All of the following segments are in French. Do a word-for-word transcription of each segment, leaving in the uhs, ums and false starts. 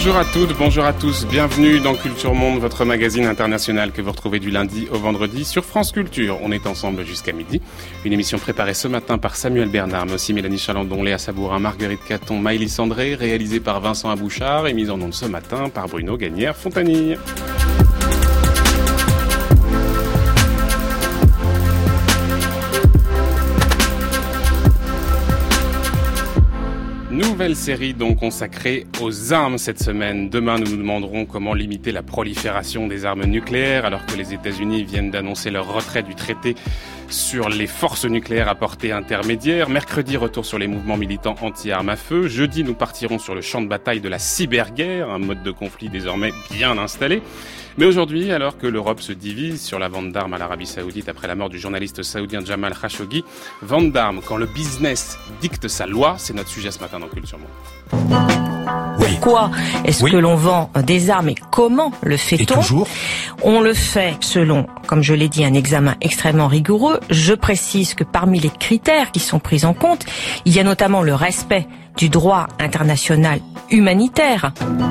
Bonjour à toutes, bonjour à tous, bienvenue dans Culture Monde, votre magazine international que vous retrouvez du lundi au vendredi sur France Culture. On est ensemble jusqu'à midi. Une émission préparée ce matin par Samuel Bernard, mais aussi Mélanie Chalandon, Léa Sabourin, Marguerite Caton, Maëlys André, réalisée par Vincent Abouchard et mise en onde ce matin par Bruno Gagnère-Fontanille. Nouvelle série donc consacrée aux armes cette semaine. Demain, nous nous demanderons comment limiter la prolifération des armes nucléaires alors que les États-Unis viennent d'annoncer leur retrait du traité sur les forces nucléaires à portée intermédiaire. Mercredi, retour sur les mouvements militants anti-armes à feu. Jeudi, nous partirons sur le champ de bataille de la cyberguerre, un mode de conflit désormais bien installé. Mais aujourd'hui, alors que l'Europe se divise sur la vente d'armes à l'Arabie Saoudite après la mort du journaliste saoudien Jamal Khashoggi, vente d'armes quand le business dicte sa loi, c'est notre sujet ce matin dans Culture Monde. Pourquoi est-ce oui. que l'on vend des armes et comment le fait-on ? Et toujours ? On le fait selon, comme je l'ai dit, un examen extrêmement rigoureux. Je précise que parmi les critères qui sont pris en compte, il y a notamment le respect du droit international humanitaire.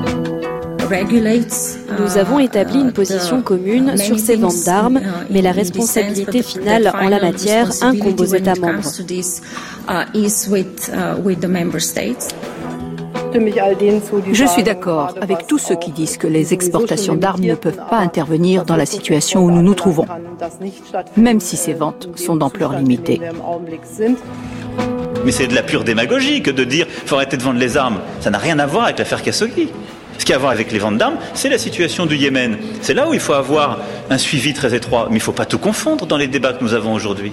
Nous avons établi une position commune sur ces ventes d'armes, mais la responsabilité finale en la matière incombe aux États membres. Je suis d'accord avec tous ceux qui disent que les exportations d'armes ne peuvent pas intervenir dans la situation où nous nous trouvons, même si ces ventes sont d'ampleur limitée. Mais c'est de la pure démagogie que de dire qu'il faut arrêter de vendre les armes. Ça n'a rien à voir avec l'affaire Khashoggi. Ce qui a à voir avec les ventes d'armes, c'est la situation du Yémen. C'est là où il faut avoir un suivi très étroit. Mais il ne faut pas tout confondre dans les débats que nous avons aujourd'hui.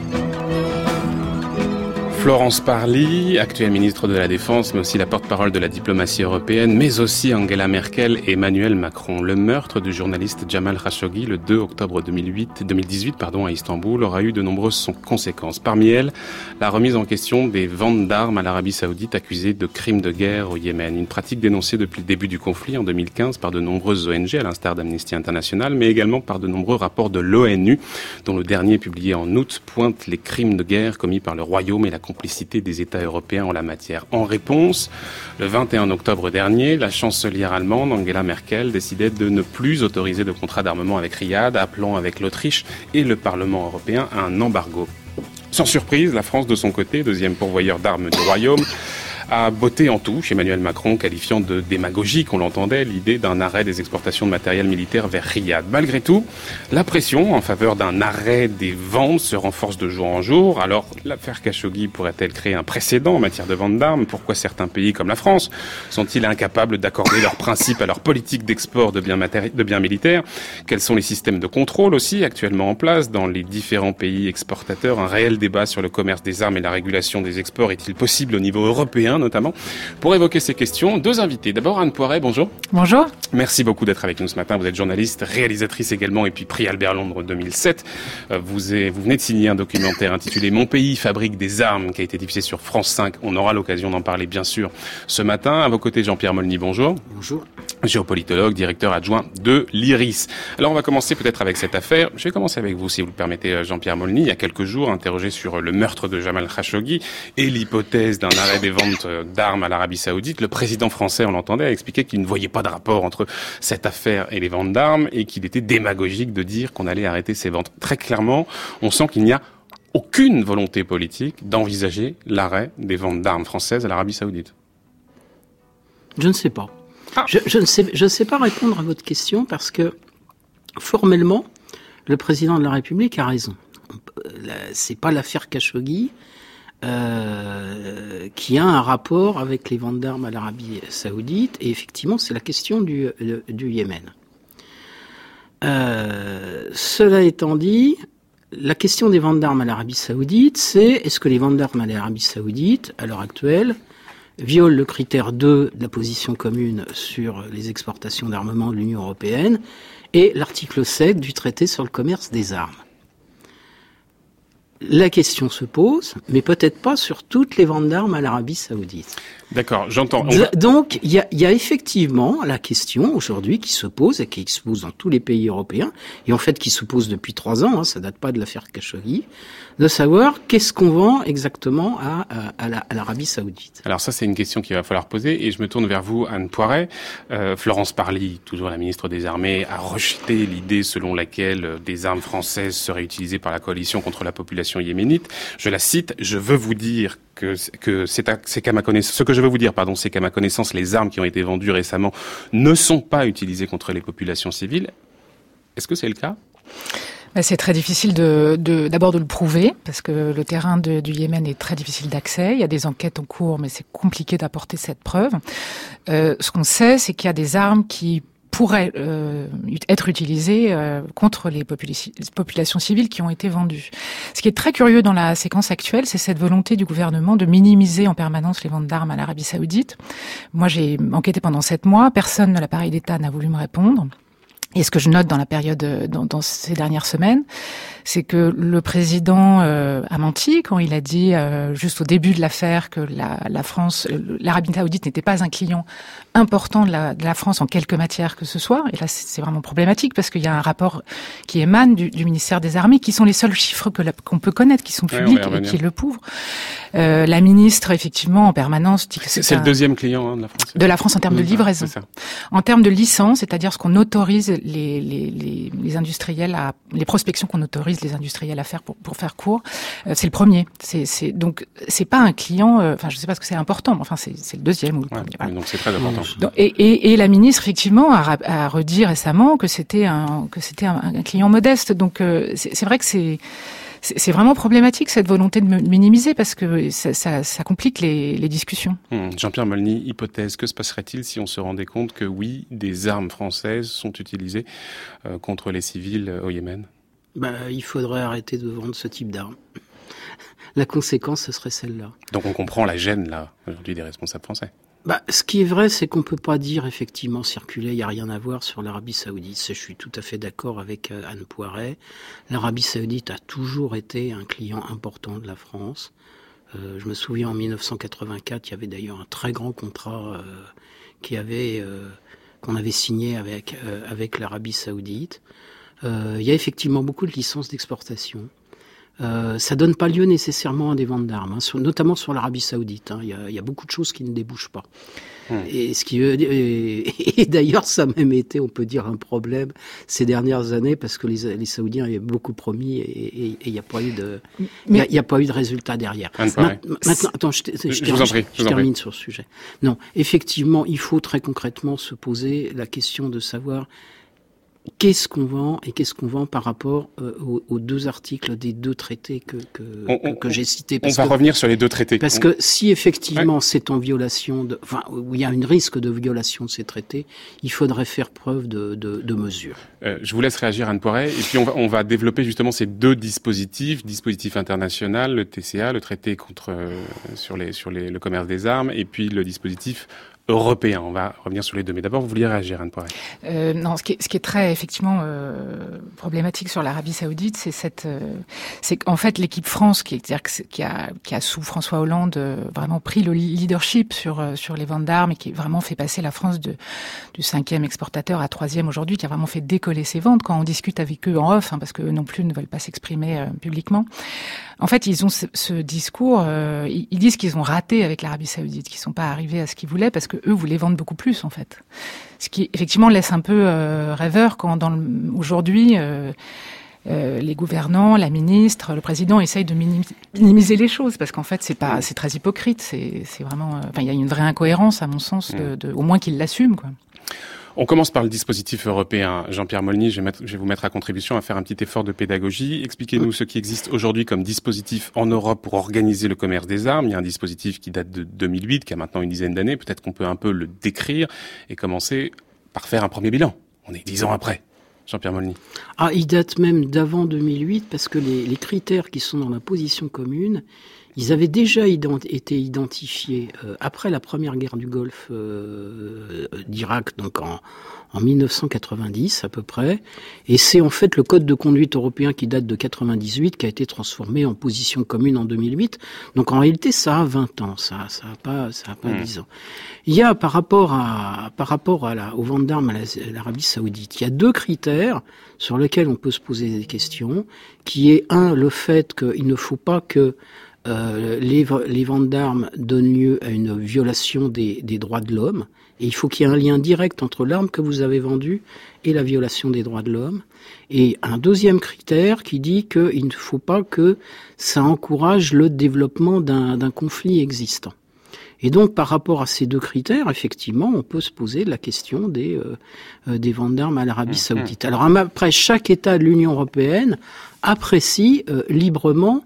Florence Parly, actuelle ministre de la Défense, mais aussi la porte-parole de la diplomatie européenne, mais aussi Angela Merkel et Emmanuel Macron. Le meurtre du journaliste Jamal Khashoggi le deux octobre deux mille huit, deux mille dix-huit pardon, à Istanbul aura eu de nombreuses conséquences. Parmi elles, la remise en question des ventes d'armes à l'Arabie Saoudite accusée de crimes de guerre au Yémen. Une pratique dénoncée depuis le début du conflit en deux mille quinze par de nombreuses O N G, à l'instar d'Amnesty International, mais également par de nombreux rapports de l'ONU, dont le dernier publié en août pointe les crimes de guerre commis par le Royaume et la complicité des États européens en la matière. En réponse, le vingt et un octobre dernier, la chancelière allemande Angela Merkel décidait de ne plus autoriser de contrat d'armement avec Riyad, appelant avec l'Autriche et le Parlement européen à un embargo. Sans surprise, la France, de son côté, deuxième pourvoyeur d'armes du Royaume, a botté en touche Emmanuel Macron, qualifiant de démagogique, on l'entendait, l'idée d'un arrêt des exportations de matériel militaire vers Riyad. Malgré tout, la pression en faveur d'un arrêt des ventes se renforce de jour en jour. Alors, l'affaire Khashoggi pourrait-elle créer un précédent en matière de vente d'armes ? Pourquoi certains pays comme la France sont-ils incapables d'accorder leurs principes à leur politique d'export de biens, matéri- de biens militaires ? Quels sont les systèmes de contrôle aussi actuellement en place dans les différents pays exportateurs ? Un réel débat sur le commerce des armes et la régulation des exports est-il possible au niveau européen notamment? Pour évoquer ces questions, deux invités. D'abord Anne Poiret, bonjour. Bonjour. Merci beaucoup d'être avec nous ce matin. Vous êtes journaliste, réalisatrice également, et puis prix Albert Londres deux mille sept. Vous, est, vous venez de signer un documentaire intitulé « Mon pays fabrique des armes » qui a été diffusé sur France cinq. On aura l'occasion d'en parler bien sûr ce matin. À vos côtés, Jean-Pierre Molny, bonjour. Bonjour. Géopolitologue, directeur adjoint de l'IRIS. Alors on va commencer peut-être avec cette affaire. Je vais commencer avec vous, si vous le permettez, Jean-Pierre Molny. Il y a quelques jours, interrogé sur le meurtre de Jamal Khashoggi et l'hypothèse d'un arrêt des ventes d'armes à l'Arabie Saoudite, le président français, on l'entendait, a expliqué qu'il ne voyait pas de rapport entre cette affaire et les ventes d'armes et qu'il était démagogique de dire qu'on allait arrêter ces ventes. Très clairement, on sent qu'il n'y a aucune volonté politique d'envisager l'arrêt des ventes d'armes françaises à l'Arabie Saoudite. Je ne sais pas. Ah. Je, je ne sais, je ne sais pas répondre à votre question parce que formellement, le président de la République a raison. C'est pas l'affaire Khashoggi euh, qui a un rapport avec les ventes d'armes à l'Arabie Saoudite, et effectivement, c'est la question du, du Yémen. Euh, cela étant dit, la question des ventes d'armes à l'Arabie Saoudite, c'est est-ce que les ventes d'armes à l'Arabie Saoudite, à l'heure actuelle, violent le critère deux de la position commune sur les exportations d'armement de l'Union européenne et l'article sept du traité sur le commerce des armes. la question se pose, mais peut-être pas sur toutes les ventes d'armes à l'Arabie Saoudite. D'accord, j'entends. Va... Donc, il y a, y a effectivement la question aujourd'hui qui se pose et qui se pose dans tous les pays européens, et en fait qui se pose depuis trois ans, hein, ça date pas de l'affaire Khashoggi, de savoir qu'est-ce qu'on vend exactement à, à, à, la, à l'Arabie Saoudite. Alors ça, c'est une question qu'il va falloir poser, et je me tourne vers vous, Anne Poiret. Euh, Florence Parly, toujours la ministre des Armées, a rejeté l'idée selon laquelle des armes françaises seraient utilisées par la coalition contre la population yéménite. Je la cite, « Je veux vous dire que, que c'est, à, c'est qu'à ma connaissance, ce que je veux vous dire, pardon, c'est qu'à ma connaissance, les armes qui ont été vendues récemment ne sont pas utilisées contre les populations civiles. » Est-ce que c'est le cas ? C'est très difficile de, de, d'abord de le prouver, parce que le terrain de, du Yémen est très difficile d'accès. Il y a des enquêtes en cours, mais c'est compliqué d'apporter cette preuve. Euh, ce qu'on sait, c'est qu'il y a des armes qui pourraient euh, être utilisées euh, contre les popula- populations civiles qui ont été vendues. Ce qui est très curieux dans la séquence actuelle, c'est cette volonté du gouvernement de minimiser en permanence les ventes d'armes à l'Arabie Saoudite. Moi, j'ai enquêté pendant sept mois, personne de l'appareil d'État n'a voulu me répondre. Et ce que je note dans la période, dans, dans ces dernières semaines, c'est que le président euh, a menti quand il a dit euh, juste au début de l'affaire que la, la France, l'Arabie Saoudite n'était pas un client important de la, de la France en quelque matière que ce soit. Et là, c'est, c'est vraiment problématique parce qu'il y a un rapport qui émane du, du ministère des Armées, qui sont les seuls chiffres que la, qu'on peut connaître, qui sont publics ouais, et qui le prouvent. Euh, la ministre, effectivement, en permanence dit que c'est, c'est, c'est un, le deuxième client hein, de la France. De la France en termes de livraison, en termes de licence, c'est-à-dire ce qu'on autorise les, les, les, les industriels à, les prospections qu'on autorise les industriels à faire pour, pour faire court, euh, c'est le premier. C'est, c'est donc c'est pas un client. Enfin, euh, je sais pas ce que c'est important, mais enfin c'est, c'est le deuxième ou le ouais, premier. Voilà. Donc c'est très important. Donc, et, et, et la ministre effectivement a, a redit récemment que c'était un que c'était un, un client modeste. Donc euh, c'est, c'est vrai que c'est c'est vraiment problématique cette volonté de minimiser parce que ça, ça, ça complique les, les discussions. Hum, Jean-Pierre Molny, hypothèse, que se passerait-il si on se rendait compte que oui, des armes françaises sont utilisées euh, contre les civils au Yémen ? Bah, il faudrait arrêter de vendre ce type d'armes. La conséquence, ce serait celle-là. Donc on comprend la gêne, là, aujourd'hui, des responsables français. Bah, ce qui est vrai, c'est qu'on peut pas dire effectivement circuler, il n'y a rien à voir sur l'Arabie Saoudite. Je suis tout à fait d'accord avec euh, Anne Poiret. L'Arabie Saoudite a toujours été un client important de la France. Euh, je me souviens en dix-neuf cent quatre-vingt-quatre, il y avait d'ailleurs un très grand contrat euh, qui avait euh, qu'on avait signé avec euh, avec l'Arabie Saoudite. Euh, il y a effectivement beaucoup de licences d'exportation. Euh, ça donne pas lieu nécessairement à des ventes d'armes, hein, sur, notamment sur l'Arabie Saoudite. Hein, il y a, il y a beaucoup de choses qui ne débouchent pas. Mmh. Et ce qui et, et d'ailleurs, ça a même été, on peut dire, un problème ces dernières années parce que les, les Saoudiens avaient beaucoup promis et il n'y a pas eu de, il y a, y a pas eu de résultat derrière. Ma, maintenant, attends, je, je, je, je, vous en prie, je, je termine sur ce sujet. Non, effectivement, il faut très concrètement se poser la question de savoir. Qu'est-ce qu'on vend et qu'est-ce qu'on vend par rapport euh, aux, aux deux articles des deux traités que que, on, que, que j'ai cités. On va que, revenir sur les deux traités. Parce on... que si effectivement ouais. c'est en violation, de, enfin où il y a un risque de violation de ces traités, il faudrait faire preuve de, de, de mesure. Euh, je vous laisse réagir, Anne Poiret, et puis on va, on va développer justement ces deux dispositifs, dispositif international, le T C A, le traité contre euh, sur les sur les, le commerce des armes, et puis le dispositif européen. On va revenir sur les deux. Mais d'abord, vous vouliez réagir, Anne Poiret. Euh, non, ce qui est, ce qui est très, effectivement, euh, problématique sur l'Arabie Saoudite, c'est cette, euh, c'est qu'en fait, l'équipe France, qui, c'est-à-dire qui a, qui a sous François Hollande euh, vraiment pris le leadership sur, euh, sur les ventes d'armes et qui vraiment fait passer la France de, du cinquième exportateur à troisième aujourd'hui, qui a vraiment fait décoller ses ventes quand on discute avec eux en off, hein, parce qu'eux non plus ne veulent pas s'exprimer euh, publiquement. En fait, ils ont ce, ce discours, euh, ils, ils disent qu'ils ont raté avec l'Arabie Saoudite, qu'ils sont pas arrivés à ce qu'ils voulaient parce que eux voulaient vendre beaucoup plus, en fait. Ce qui, effectivement, laisse un peu euh, rêveur quand, dans le, aujourd'hui, euh, euh, les gouvernants, la ministre, le président essayent de minimiser les choses parce qu'en fait, c'est pas, c'est très hypocrite. C'est, c'est vraiment, euh, enfin, il y a une vraie incohérence, à mon sens, de, de, au moins qu'ils l'assument, quoi. On commence par le dispositif européen. Jean-Pierre Molny, je vais, mettre, je vais vous mettre à contribution à faire un petit effort de pédagogie. Expliquez-nous ce qui existe aujourd'hui comme dispositif en Europe pour organiser le commerce des armes. Il y a un dispositif qui date de deux mille huit, qui a maintenant une dizaine d'années. Peut-être qu'on peut un peu le décrire et commencer par faire un premier bilan. On est dix ans après. Jean-Pierre Molny. Ah, il date même d'avant deux mille huit parce que les, les critères qui sont dans la position commune, Ils avaient déjà ident- été identifiés euh, après la première guerre du Golfe euh, d'Irak, donc en, en dix-neuf cent quatre-vingt-dix à peu près. Et c'est en fait le code de conduite européen qui date de quatre-vingt-dix-huit qui a été transformé en position commune en deux mille huit. Donc en réalité, ça a vingt ans, ça, ça a pas, ça a pas mmh. dix ans. Il y a par rapport à, par rapport à la, aux ventes d'armes à, la, à l'Arabie Saoudite, il y a deux critères sur lesquels on peut se poser des questions, qui est un, le fait qu'il ne faut pas que Euh, les, les ventes d'armes donnent lieu à une violation des, des droits de l'homme. Et il faut qu'il y ait un lien direct entre l'arme que vous avez vendue et la violation des droits de l'homme. Et un deuxième critère qui dit qu'il ne faut pas que ça encourage le développement d'un, d'un conflit existant. Et donc, par rapport à ces deux critères, effectivement, on peut se poser la question des, euh, des ventes d'armes à l'Arabie mmh, Saoudite. Mmh. Alors, après, chaque État de l'Union européenne apprécie euh, librement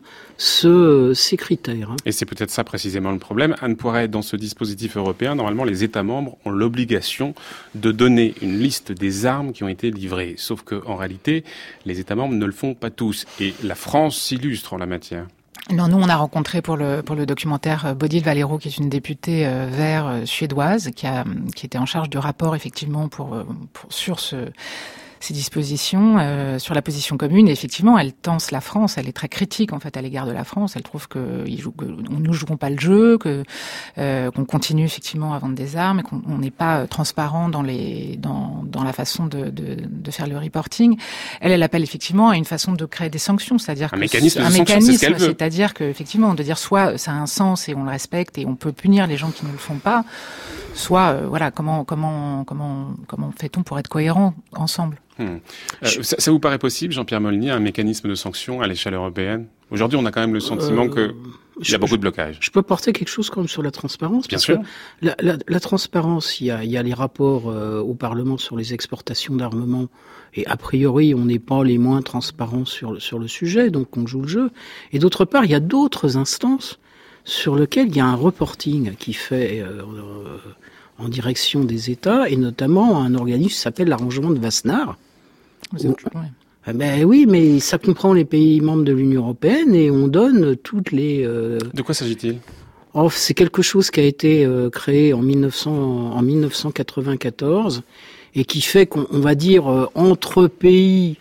ce, ces critères. Hein. Et c'est peut-être ça précisément le problème. Anne Poiret, dans ce dispositif européen, normalement, les États membres ont l'obligation de donner une liste des armes qui ont été livrées. Sauf que, en réalité, les États membres ne le font pas tous. Et la France s'illustre en la matière. Non, nous, on a rencontré pour le pour le documentaire Bodil Valero, qui est une députée euh, vert euh, suédoise, qui a qui était en charge du rapport effectivement pour, pour sur ce ces dispositions euh, sur la position commune. Et effectivement, elle tense la France. Elle est très critique en fait à l'égard de la France. Elle trouve que ils jouent, que nous jouons pas le jeu, que euh, qu'on continue effectivement à vendre des armes et qu'on n'est pas transparent dans les dans dans la façon de de, de faire le reporting. Elle, elle appelle effectivement à une façon de créer des sanctions, c'est-à-dire un que mécanisme, un de mécanisme, c'est ce qu'elle veut. C'est-à-dire que effectivement de dire soit ça a un sens et on le respecte et on peut punir les gens qui ne le font pas, soit euh, voilà comment comment comment comment fait-on pour être cohérent ensemble. Hmm. Euh, ça, ça vous paraît possible, Jean-Pierre Molnier, un mécanisme de sanction à l'échelle européenne ? Aujourd'hui, on a quand même le sentiment euh, qu'il y a beaucoup je, de blocages. Je peux porter quelque chose comme sur la transparence. Bien parce sûr. Que la, la, la transparence, il y a, il y a les rapports euh, au Parlement sur les exportations d'armement. Et a priori, on n'est pas les moins transparents sur, sur le sujet, donc on joue le jeu. Et d'autre part, il y a d'autres instances sur lesquelles il y a un reporting qui fait euh, euh, en direction des États, et notamment un organisme qui s'appelle l'arrangement de Wassenaar. Vous êtes, ouais. Ah ben oui, mais ça comprend les pays membres de l'Union européenne et on donne toutes les... Euh... De quoi s'agit-il ? Oh, c'est quelque chose qui a été euh, créé en, mille neuf cents, en dix-neuf cent quatre-vingt-quatorze et qui fait qu'on on va dire euh, entre pays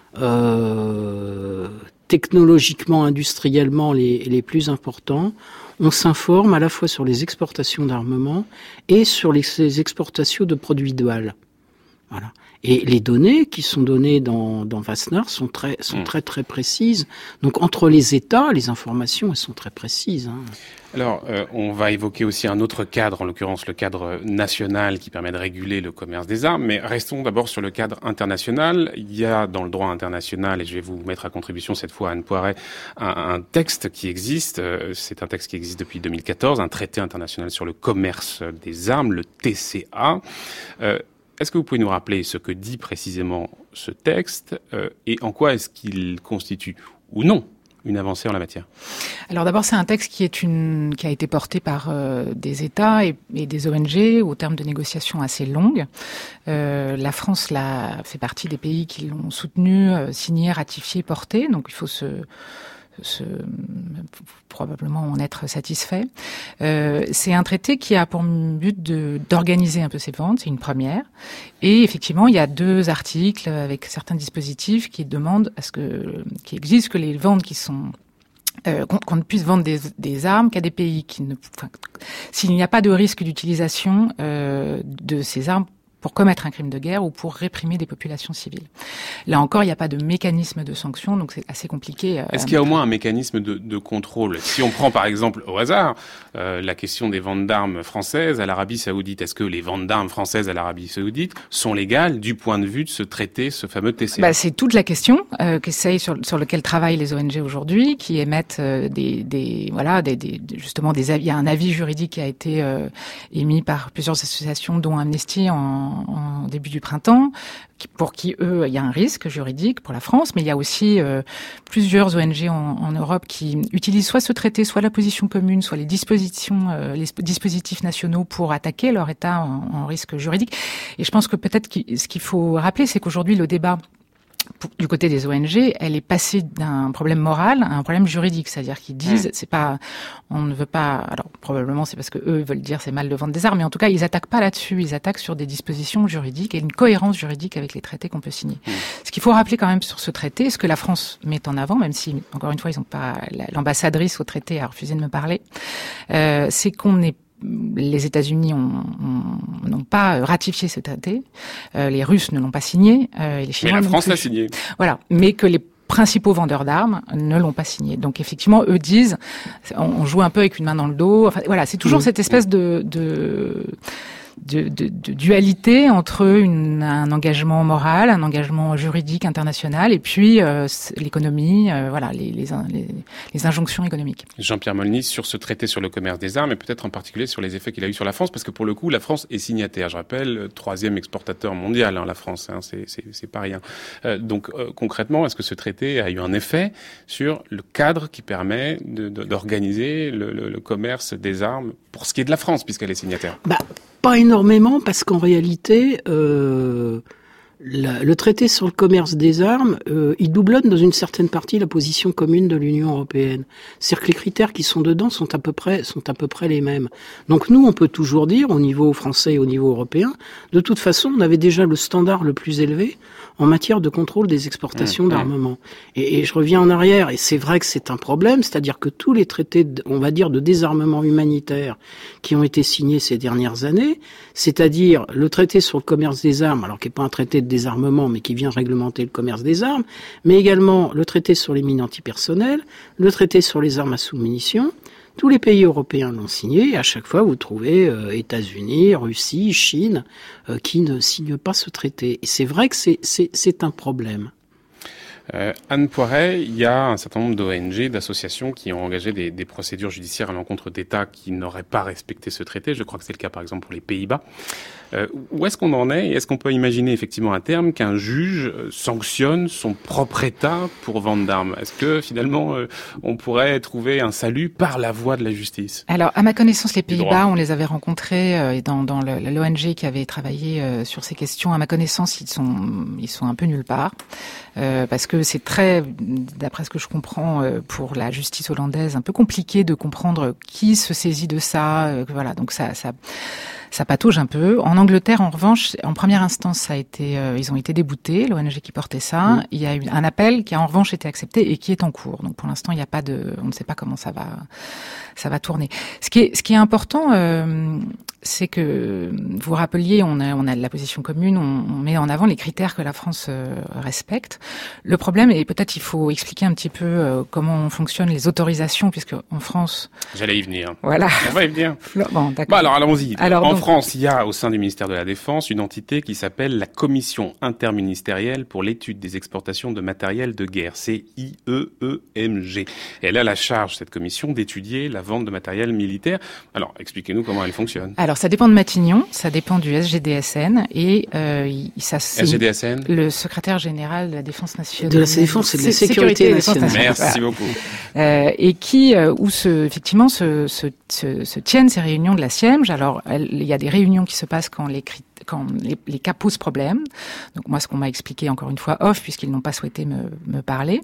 euh, technologiquement, industriellement les, les plus importants, on s'informe à la fois sur les exportations d'armement et sur les, les exportations de produits douales. Voilà. Et les données qui sont données dans, dans Wassenaar sont très, sont mmh. très, très précises. Donc, entre les États, les informations, elles sont très précises. Hein. Alors, euh, on va évoquer aussi un autre cadre, en l'occurrence le cadre national qui permet de réguler le commerce des armes. Mais restons d'abord sur le cadre international. Il y a dans le droit international, et je vais vous mettre à contribution cette fois, Anne Poiret, un, un texte qui existe. Euh, c'est un texte qui existe depuis deux mille quatorze, un traité international sur le commerce des armes, le T C A. Euh, Est-ce que vous pouvez nous rappeler ce que dit précisément ce texte euh, et en quoi est-ce qu'il constitue ou non une avancée en la matière ? Alors d'abord, c'est un texte qui est une qui a été porté par euh, des États et, et des O N G au terme de négociations assez longues. Euh, la France l'a fait partie des pays qui l'ont soutenu, euh, signé, ratifié, porté. Donc il faut se Se, probablement en être satisfait. Euh, c'est un traité qui a pour but de, d'organiser un peu ces ventes, c'est une première. Et effectivement, il y a deux articles avec certains dispositifs qui demandent à ce que, qui exigent que les ventes qui sont Euh, qu'on, qu'on ne puisse vendre des, des armes qu'à des pays qui ne, enfin, s'il n'y a pas de risque d'utilisation euh, de ces armes pour commettre un crime de guerre ou pour réprimer des populations civiles. Là encore, il n'y a pas de mécanisme de sanction, donc c'est assez compliqué. Est-ce qu'il y a au moins un mécanisme de, de contrôle ? Si on prend par exemple au hasard euh, la question des ventes d'armes françaises à l'Arabie Saoudite, est-ce que les ventes d'armes françaises à l'Arabie Saoudite sont légales du point de vue de ce traité, ce fameux T C A ? Bah, c'est toute la question euh, qu'essaye sur, sur lequel travaillent les O N G aujourd'hui, qui émettent euh, des, des voilà des, des justement des avis. Il y a un avis juridique qui a été euh, émis par plusieurs associations, dont Amnesty en en début du printemps, pour qui, eux, il y a un risque juridique pour la France, mais il y a aussi euh, plusieurs O N G en, en Europe qui utilisent soit ce traité, soit la position commune, soit les dispositions, euh, les dispositifs nationaux pour attaquer leur État en, en risque juridique. Et je pense que peut-être que ce qu'il faut rappeler, c'est qu'aujourd'hui, le débat pour, du côté des O N G, elle est passée d'un problème moral à un problème juridique, c'est-à-dire qu'ils disent, mmh. c'est pas, on ne veut pas, alors probablement c'est parce que eux veulent dire c'est mal de vendre des armes, mais en tout cas ils attaquent pas là-dessus, ils attaquent sur des dispositions juridiques et une cohérence juridique avec les traités qu'on peut signer. Mmh. Ce qu'il faut rappeler quand même sur ce traité, ce que la France met en avant, même si encore une fois ils ont pas, l'ambassadrice au traité a refusé de me parler, euh, c'est qu'on est les États-Unis n'ont pas ratifié ce traité, euh, les Russes ne l'ont pas signé, euh, et les Chinois. Mais la France l'a signé. Voilà, mais que les principaux vendeurs d'armes ne l'ont pas signé. Donc effectivement, eux disent, on, on joue un peu avec une main dans le dos. Enfin voilà, c'est toujours mmh. cette espèce de, de De, de, de dualité entre une, un engagement moral, un engagement juridique international, et puis euh, l'économie, euh, voilà, les, les, les, les injonctions économiques. Jean-Pierre Molny, sur ce traité sur le commerce des armes, et peut-être en particulier sur les effets qu'il a eu sur la France, parce que pour le coup, la France est signataire. Je rappelle, troisième exportateur mondial, hein, la France, hein, c'est, c'est, c'est pas rien. Euh, donc euh, concrètement, est-ce que ce traité a eu un effet sur le cadre qui permet de, de, d'organiser le, le, le commerce des armes pour ce qui est de la France, puisqu'elle est signataire? Bah. Pas énormément, parce qu'en réalité, euh, la, le traité sur le commerce des armes, euh, il doublonne dans une certaine partie la position commune de l'Union européenne. C'est-à-dire que les critères qui sont dedans sont à peu près sont à peu près les mêmes. Donc nous, on peut toujours dire, au niveau français et au niveau européen, de toute façon, on avait déjà le standard le plus élevé en matière de contrôle des exportations mmh, d'armement. Et, et je reviens en arrière, et c'est vrai que c'est un problème, c'est-à-dire que tous les traités, de, on va dire, de désarmement humanitaire qui ont été signés ces dernières années, c'est-à-dire le traité sur le commerce des armes, alors qui n'est pas un traité de désarmement, mais qui vient réglementer le commerce des armes, mais également le traité sur les mines antipersonnelles, le traité sur les armes à sous-munitions. Tous les pays européens l'ont signé, et à chaque fois vous trouvez euh, États-Unis, Russie, Chine, euh, qui ne signent pas ce traité. Et c'est vrai que c'est, c'est, c'est un problème. Euh, Anne Poiret, il y a un certain nombre d'O N G, d'associations qui ont engagé des, des procédures judiciaires à l'encontre d'États qui n'auraient pas respecté ce traité. Je crois que c'est le cas par exemple pour les Pays-Bas. Euh, où est-ce qu'on en est et est-ce qu'on peut imaginer effectivement à terme qu'un juge sanctionne son propre État pour vente d'armes? Est-ce que finalement euh, on pourrait trouver un salut par la voie de la justice? Alors à ma connaissance, les Pays-Bas, on les avait rencontrés euh, dans, dans le, l'O N G qui avait travaillé euh, sur ces questions. À ma connaissance, ils sont ils sont un peu nulle part euh, parce que c'est très, d'après ce que je comprends, euh, pour la justice hollandaise, un peu compliqué de comprendre qui se saisit de ça. Euh, voilà, donc ça ça ça patauge un peu. En Angleterre, en revanche, en première instance, ça a été, euh, ils ont été déboutés, l'O N G qui portait ça. Mmh. Il y a eu un appel qui a en revanche été accepté et qui est en cours. Donc pour l'instant, il n'y a pas de, on ne sait pas comment ça va, ça va tourner. Ce qui est, ce qui est important, euh, c'est que vous vous rappeliez, on a, on a de la position commune, on, on met en avant les critères que la France euh, respecte. Le problème, et peut-être il faut expliquer un petit peu euh, comment fonctionnent les autorisations, puisque en France, j'allais y venir. Voilà. On va y venir. Bon, d'accord. Bah alors allons-y. Alors, en donc, France, il y a au sein du ministère de la Défense une entité qui s'appelle la Commission interministérielle pour l'étude des exportations de matériel de guerre, c'est I E E M G. Et elle a la charge, cette commission, d'étudier la vente de matériel militaire. Alors, expliquez-nous comment elle fonctionne. Alors, ça dépend de Matignon, ça dépend du S G D S N et euh, ça c'est S G D S N, le secrétaire général de la Défense nationale. De la Défense et de la Sécurité, Sécurité nationale. Merci voilà. beaucoup. Euh, et qui, euh, où se, effectivement, se, se, se, se tiennent ces réunions de la SIEMG. Alors, elle, il y a des réunions qui se passent quand les quand les, les cas posent problème. Donc moi, ce qu'on m'a expliqué encore une fois off, puisqu'ils n'ont pas souhaité me, me parler.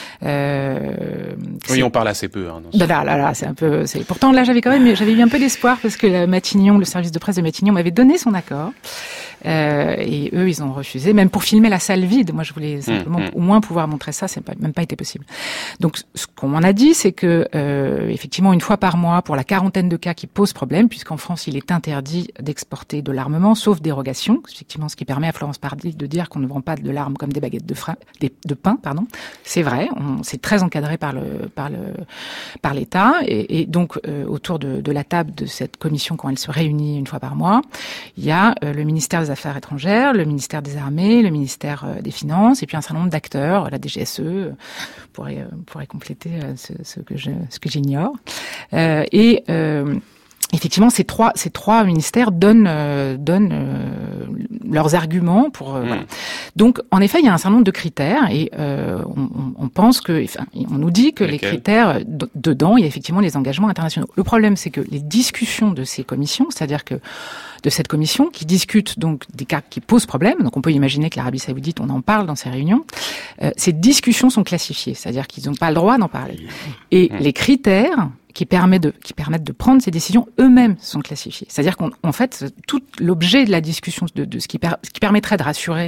Euh, oui, on parle assez peu. Hein, là, là, là, là, c'est un peu. C'est... Pourtant, là, j'avais quand même, j'avais eu un peu d'espoir parce que la Matignon, le service de presse de Matignon, m'avait donné son accord. Euh, et eux, ils ont refusé, même pour filmer la salle vide. Moi, je voulais simplement, mmh, mmh. au moins, pouvoir montrer ça. C'est pas, même pas été possible. Donc, ce qu'on m'en a dit, c'est que, euh, effectivement, une fois par mois, pour la quarantaine de cas qui posent problème, puisqu'en France, il est interdit d'exporter de l'armement, sauf dérogation, effectivement, ce qui permet à Florence Parly de dire qu'on ne vend pas de l'arme comme des baguettes de, frein, des, de pain, pardon. C'est vrai, on, c'est très encadré par le, par le, par l'État, et, et donc euh, autour de, de la table de cette commission, quand elle se réunit une fois par mois, il y a euh, le ministère des Affaires étrangères, le ministère des Armées, le ministère euh, des Finances, et puis un certain nombre d'acteurs, la D G S E euh, pourrait, euh, pourrait compléter euh, ce, ce que je, ce que j'ignore, euh, et euh, effectivement, ces trois, ces trois ministères donnent, euh, donnent euh, leurs arguments pour. Euh, mmh. Voilà. Donc, en effet, il y a un certain nombre de critères et euh, on, on pense que, enfin, on nous dit que Lesquels? les critères d- dedans, il y a effectivement les engagements internationaux. Le problème, c'est que les discussions de ces commissions, c'est-à-dire que de cette commission qui discute donc des cas qui posent problème. Donc, on peut imaginer que l'Arabie Saoudite, on en parle dans ces réunions. Euh, ces discussions sont classifiées, c'est-à-dire qu'ils n'ont pas le droit d'en parler. Et mmh. les critères qui permettent de qui permettent de prendre ces décisions eux-mêmes sont classifiés. C'est-à-dire qu'en en fait, tout l'objet de la discussion de, de ce qui per, ce qui permettrait de rassurer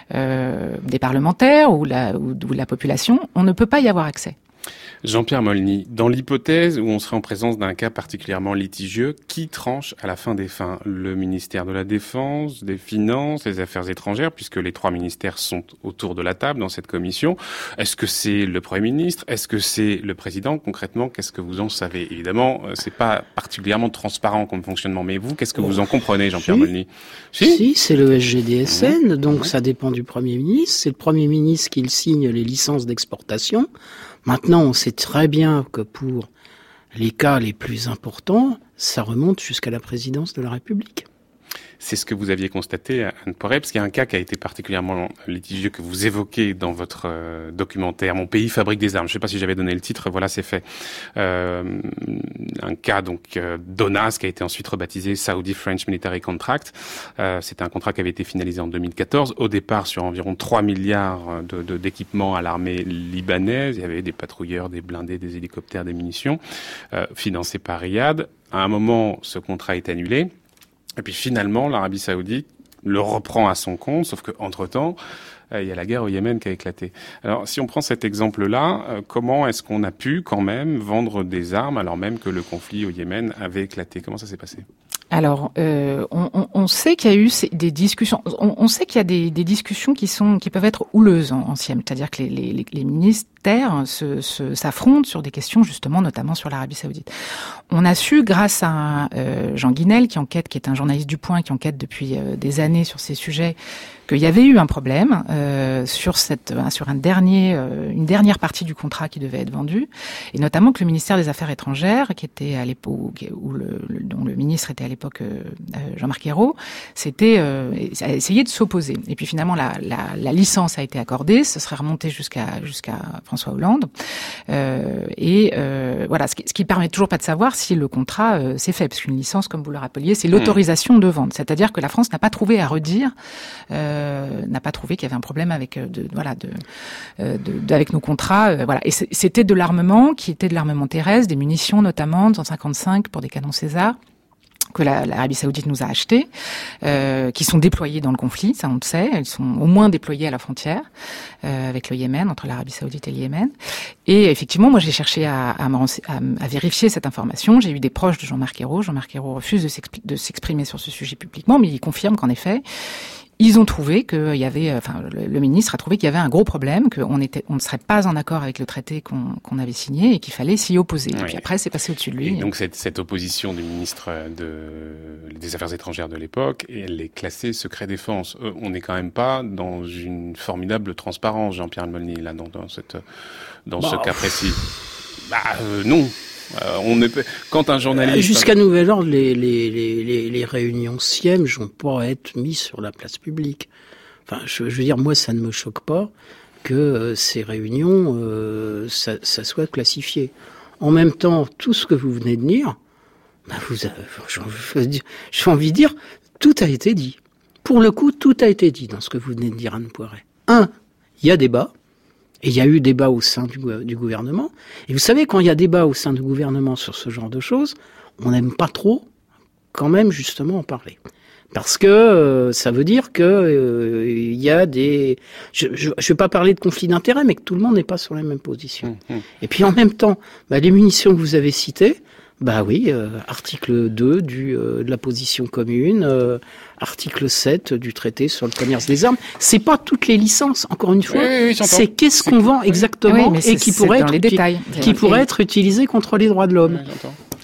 euh, des parlementaires ou la ou, ou la population, on ne peut pas y avoir accès. Jean-Pierre Molny, dans l'hypothèse où on serait en présence d'un cas particulièrement litigieux, qui tranche à la fin des fins? Le ministère de la Défense, des Finances, des Affaires étrangères, puisque les trois ministères sont autour de la table dans cette commission. Est-ce que c'est le Premier ministre? Est-ce que c'est le Président? Concrètement, qu'est-ce que vous en savez? Évidemment, c'est pas particulièrement transparent comme fonctionnement, mais vous, qu'est-ce que vous en comprenez, Jean-Pierre si. Molny? Si, si c'est le S G D S N, mmh. donc mmh. ça dépend du Premier ministre. C'est le Premier ministre qui signe les licences d'exportation. Maintenant, on sait très bien que pour les cas les plus importants, ça remonte jusqu'à la présidence de la République. C'est ce que vous aviez constaté, Anne Poiret, parce qu'il y a un cas qui a été particulièrement litigieux que vous évoquez dans votre euh, documentaire « Mon pays fabrique des armes ». Je ne sais pas si j'avais donné le titre, voilà, c'est fait. Euh, un cas donc euh, d'ONAS qui a été ensuite rebaptisé Saudi French Military Contract. Euh, c'était un contrat qui avait été finalisé en deux mille quatorze, au départ sur environ trois milliards de, de, d'équipements à l'armée libanaise. Il y avait des patrouilleurs, des blindés, des hélicoptères, des munitions, euh, financés par Riyad. À un moment, ce contrat est annulé. Et puis finalement, l'Arabie Saoudite le reprend à son compte, sauf que entre-temps, euh, il y a la guerre au Yémen qui a éclaté. Alors, si on prend cet exemple-là, euh, comment est-ce qu'on a pu quand même vendre des armes alors même que le conflit au Yémen avait éclaté? Comment ça s'est passé? Alors, euh, on, on, on sait qu'il y a eu des discussions. On, on sait qu'il y a des, des discussions qui sont, qui peuvent être houleuses en, en Siem, c'est-à-dire que les, les, les ministères se, se, s'affrontent sur des questions justement, notamment sur l'Arabie Saoudite. On a su, grâce à euh, Jean Guinel, qui enquête, qui est un journaliste du Point, qui enquête depuis euh, des années sur ces sujets, qu'il y avait eu un problème euh, sur cette, euh, sur un dernier, euh, une dernière partie du contrat qui devait être vendue, et notamment que le ministère des Affaires étrangères, qui était à l'époque, où le, le, dont le ministre était à l'époque euh, Jean-Marc Ayrault, c'était euh, a essayé de s'opposer. Et puis finalement, la, la, la licence a été accordée, ce serait remonté jusqu'à jusqu'à François Hollande, euh, et euh, voilà, ce qui, ce qui permet toujours pas de savoir si le contrat euh, s'est fait, parce qu'une licence, comme vous le rappeliez, c'est l'autorisation mmh. de vente, c'est-à-dire que la France n'a pas trouvé à redire. Euh, n'a pas trouvé qu'il y avait un problème avec de, voilà de, de, de avec nos contrats euh, voilà et c'était de l'armement qui était de l'armement terrestre, des munitions notamment cent cinquante-cinq pour des canons César que la, l'Arabie Saoudite nous a achetés, euh, qui sont déployés dans le conflit, ça on le sait, ils sont au moins déployés à la frontière euh, avec le Yémen, entre l'Arabie Saoudite et le Yémen. Et effectivement, moi j'ai cherché à, à, à, à vérifier cette information. J'ai eu des proches de Jean-Marc Ayrault. Jean-Marc Ayrault refuse de, s'expri- de s'exprimer sur ce sujet publiquement, mais il confirme qu'en effet, ils ont trouvé qu'il y avait, enfin, le, le ministre a trouvé qu'il y avait un gros problème, qu'on était, on ne serait pas en accord avec le traité qu'on, qu'on avait signé et qu'il fallait s'y opposer. Oui. Et puis après, c'est passé au-dessus de lui. Et donc cette, cette opposition du ministre de, des Affaires étrangères de l'époque, elle est classée secret défense. Euh, on n'est quand même pas dans une formidable transparence, Jean-Pierre Molny, là, dans, dans cette, dans bah, ce cas précis. Bah euh, non. Euh, on est... Quand un journaliste... Jusqu'à nouvel ordre, les, les, les, les réunions Siem vont pas être mises sur la place publique. Enfin, je, je veux dire, moi, ça ne me choque pas que euh, ces réunions, euh, ça, ça soit classifié. En même temps, tout ce que vous venez de dire, bah vous avez, j'ai, j'ai envie de dire, tout a été dit. Pour le coup, tout a été dit dans ce que vous venez de dire, Anne Poiret. Un, il y a débat. Et il y a eu débat au sein du, du gouvernement. Et vous savez, quand il y a débat au sein du gouvernement sur ce genre de choses, on n'aime pas trop, quand même, justement, en parler. Parce que euh, ça veut dire que euh, il y a des... Je ne vais pas parler de conflit d'intérêts, mais que tout le monde n'est pas sur la même position. Mmh, mmh. Et puis en même temps, bah, les munitions que vous avez citées, bah oui, euh, article deux du, euh, de la position commune, euh, article sept du traité sur le commerce des armes. C'est pas toutes les licences, encore une fois. Oui, oui, c'est qu'est-ce c'est qu'on vend exactement oui, et qui pourrait être, uti- qui pourrait être utilisé contre les droits de l'homme. Oui,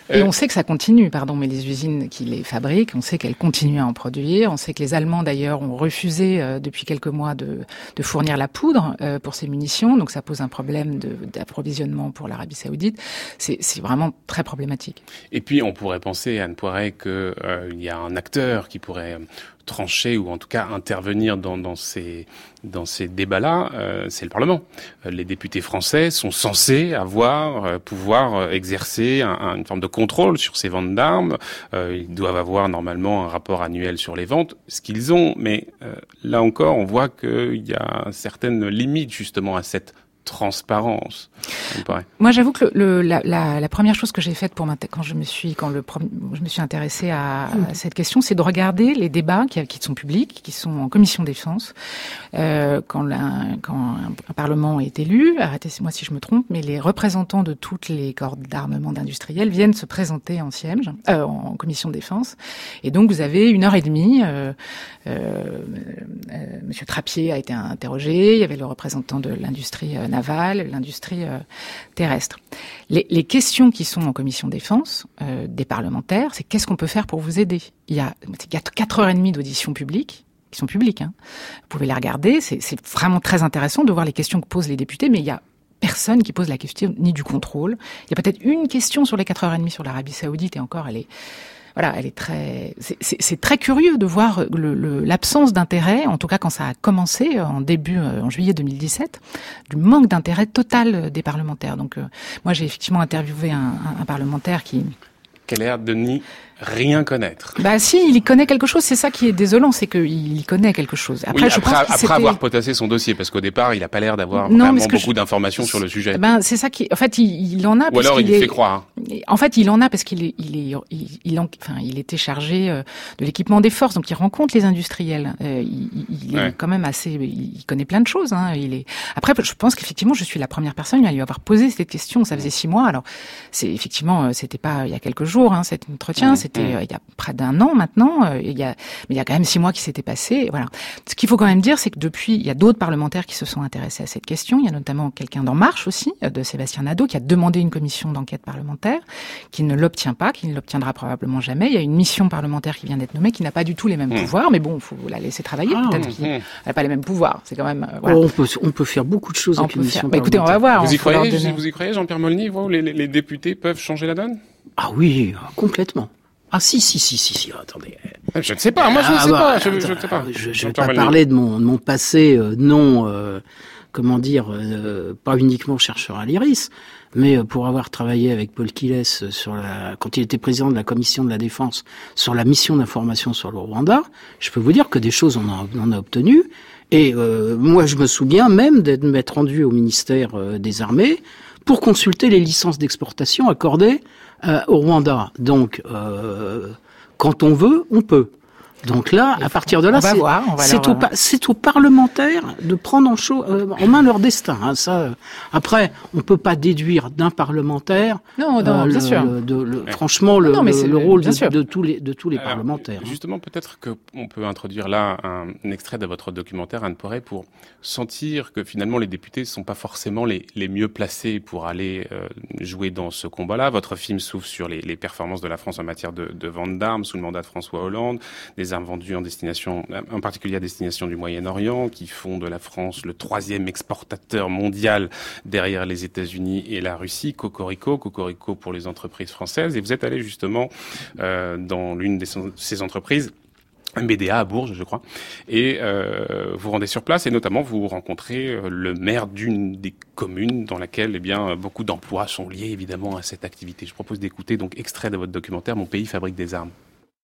Et euh... on sait que ça continue, pardon, mais les usines qui les fabriquent, on sait qu'elles continuent à en produire. On sait que les Allemands, d'ailleurs, ont refusé euh, depuis quelques mois de, de fournir la poudre euh, pour ces munitions. Donc ça pose un problème de, d'approvisionnement pour l'Arabie Saoudite. C'est, c'est vraiment très problématique. Et puis on pourrait penser, Anne Poiret, qu'il euh, y a un acteur qui pourrait trancher ou en tout cas intervenir dans, dans ces, dans ces débats-là, euh, c'est le Parlement. Euh, les députés français sont censés avoir, euh, pouvoir euh, exercer un, un, une forme de contrôle sur ces ventes d'armes. Euh, ils doivent avoir normalement un rapport annuel sur les ventes, ce qu'ils ont. Mais euh, là encore, on voit qu'il y a certaines limites justement à cette transparence. Moi, j'avoue que le, le, la, la, la première chose que j'ai faite pour quand je me suis quand le je me suis intéressée à, à cette question, c'est de regarder les débats qui, qui sont publics, qui sont en commission défense. Euh, quand, la, quand un, un parlement est élu, arrêtez-moi si je me trompe, mais les représentants de toutes les corps d'armement d'industriels viennent se présenter en siège, euh, en commission de défense. Et donc, vous avez une heure et demie. Euh, euh, euh, Monsieur Trappier a été interrogé. Il y avait le représentant de l'industrie euh, navale, l'industrie euh, terrestre. Les, les questions qui sont en commission défense euh, des parlementaires, c'est qu'est-ce qu'on peut faire pour vous aider ? Il y a quatre heures trente d'auditions publiques, qui sont publiques. Hein. Vous pouvez les regarder, c'est, c'est vraiment très intéressant de voir les questions que posent les députés, mais il y a personne qui pose la question ni du contrôle. Il y a peut-être une question sur les quatre heures trente sur l'Arabie Saoudite, et encore, elle est... Voilà, elle est très. C'est, c'est, c'est très curieux de voir le, le, l'absence d'intérêt, en tout cas quand ça a commencé en début, en juillet deux mille dix-sept, du manque d'intérêt total des parlementaires. Donc, euh, moi, j'ai effectivement interviewé un, un, un parlementaire qui. Quel a l'air de ni rien connaître. Bah si, il y connaît quelque chose, c'est ça qui est désolant, c'est qu'il y connaît quelque chose. Après, oui, je après, pense après avoir potassé son dossier, parce qu'au départ, il n'a pas l'air d'avoir non, vraiment beaucoup je... d'informations sur le sujet. Ben c'est ça qui, en fait, il, il en a. Ou alors qu'il il est... fait croire. En fait, il en a parce qu'il est, il est, il, il, enfin, il était chargé de l'équipement des forces, donc il rencontre les industriels. Euh, il, il est ouais. quand même assez, il connaît plein de choses. Hein. Il est. Après, je pense qu'effectivement, je suis la première personne à lui avoir posé cette question. Ça faisait six mois. Alors, c'est effectivement, c'était pas il y a quelques jours, hein, cet entretien, mmh. c'était mmh. il y a près d'un an maintenant. Euh, il y a, mais il y a quand même six mois qui s'étaient passés. Voilà. Ce qu'il faut quand même dire, c'est que depuis, il y a d'autres parlementaires qui se sont intéressés à cette question. Il y a notamment quelqu'un d'En Marche aussi, de Sébastien Nadeau, qui a demandé une commission d'enquête parlementaire, qui ne l'obtient pas, qui ne l'obtiendra probablement jamais. Il y a une mission parlementaire qui vient d'être nommée, qui n'a pas du tout les mêmes mmh. pouvoirs, mais bon, il faut la laisser travailler. Ah, peut-être mmh. qu'elle n'a pas les mêmes pouvoirs. C'est quand même. Euh, voilà. oh, on peut, on peut faire beaucoup de choses on avec une mission. Bah, écoutez, on va voir. Vous y croyez, vous y croyez, Jean-Pierre Molny, vous, les, les, les députés peuvent changer la donne? Ah oui, complètement. Ah si, si, si, si, si, attendez. Je ne sais pas, moi je ne ah, sais bah, pas, attends, je, je ne sais pas. Je ne vais pas parler de mon, de mon passé euh, non, euh, comment dire, euh, pas uniquement chercheur à l'Iris, mais euh, pour avoir travaillé avec Paul Quiles sur la, quand il était président de la commission de la défense, sur la mission d'information sur le Rwanda, je peux vous dire que des choses on en, on en a obtenu. Et euh, moi je me souviens même de m'être rendu au ministère euh, des Armées pour consulter les licences d'exportation accordées euh, au Rwanda. Donc, euh, quand on veut, on peut. Donc là, à partir de là, c'est, voir, c'est, au, c'est aux parlementaires de prendre en, chaud, euh, en main leur destin. Hein, ça, euh, après, on peut pas déduire d'un parlementaire. Non, non, euh, bien le, sûr. Le, de, le, ouais. Franchement, le, non, le, le rôle de, de tous les de tous les Alors, parlementaires. Justement, hein. Peut-être que on peut introduire là un, un extrait de votre documentaire, Anne Poiret, pour sentir que finalement les députés sont pas forcément les les mieux placés pour aller euh, jouer dans ce combat-là. Votre film s'ouvre sur les, les performances de la France en matière de, de vente d'armes sous le mandat de François Hollande, des armes vendues en destination, en particulier à destination du Moyen-Orient, qui font de la France le troisième exportateur mondial derrière les États-Unis et la Russie. Cocorico, Cocorico pour les entreprises françaises. Et vous êtes allé justement euh, dans l'une de ces entreprises, M B D A à Bourges, je crois, et euh, vous rendez sur place et notamment vous rencontrez le maire d'une des communes dans laquelle eh bien beaucoup d'emplois sont liés évidemment à cette activité. Je propose d'écouter donc extrait de votre documentaire Mon pays fabrique des armes.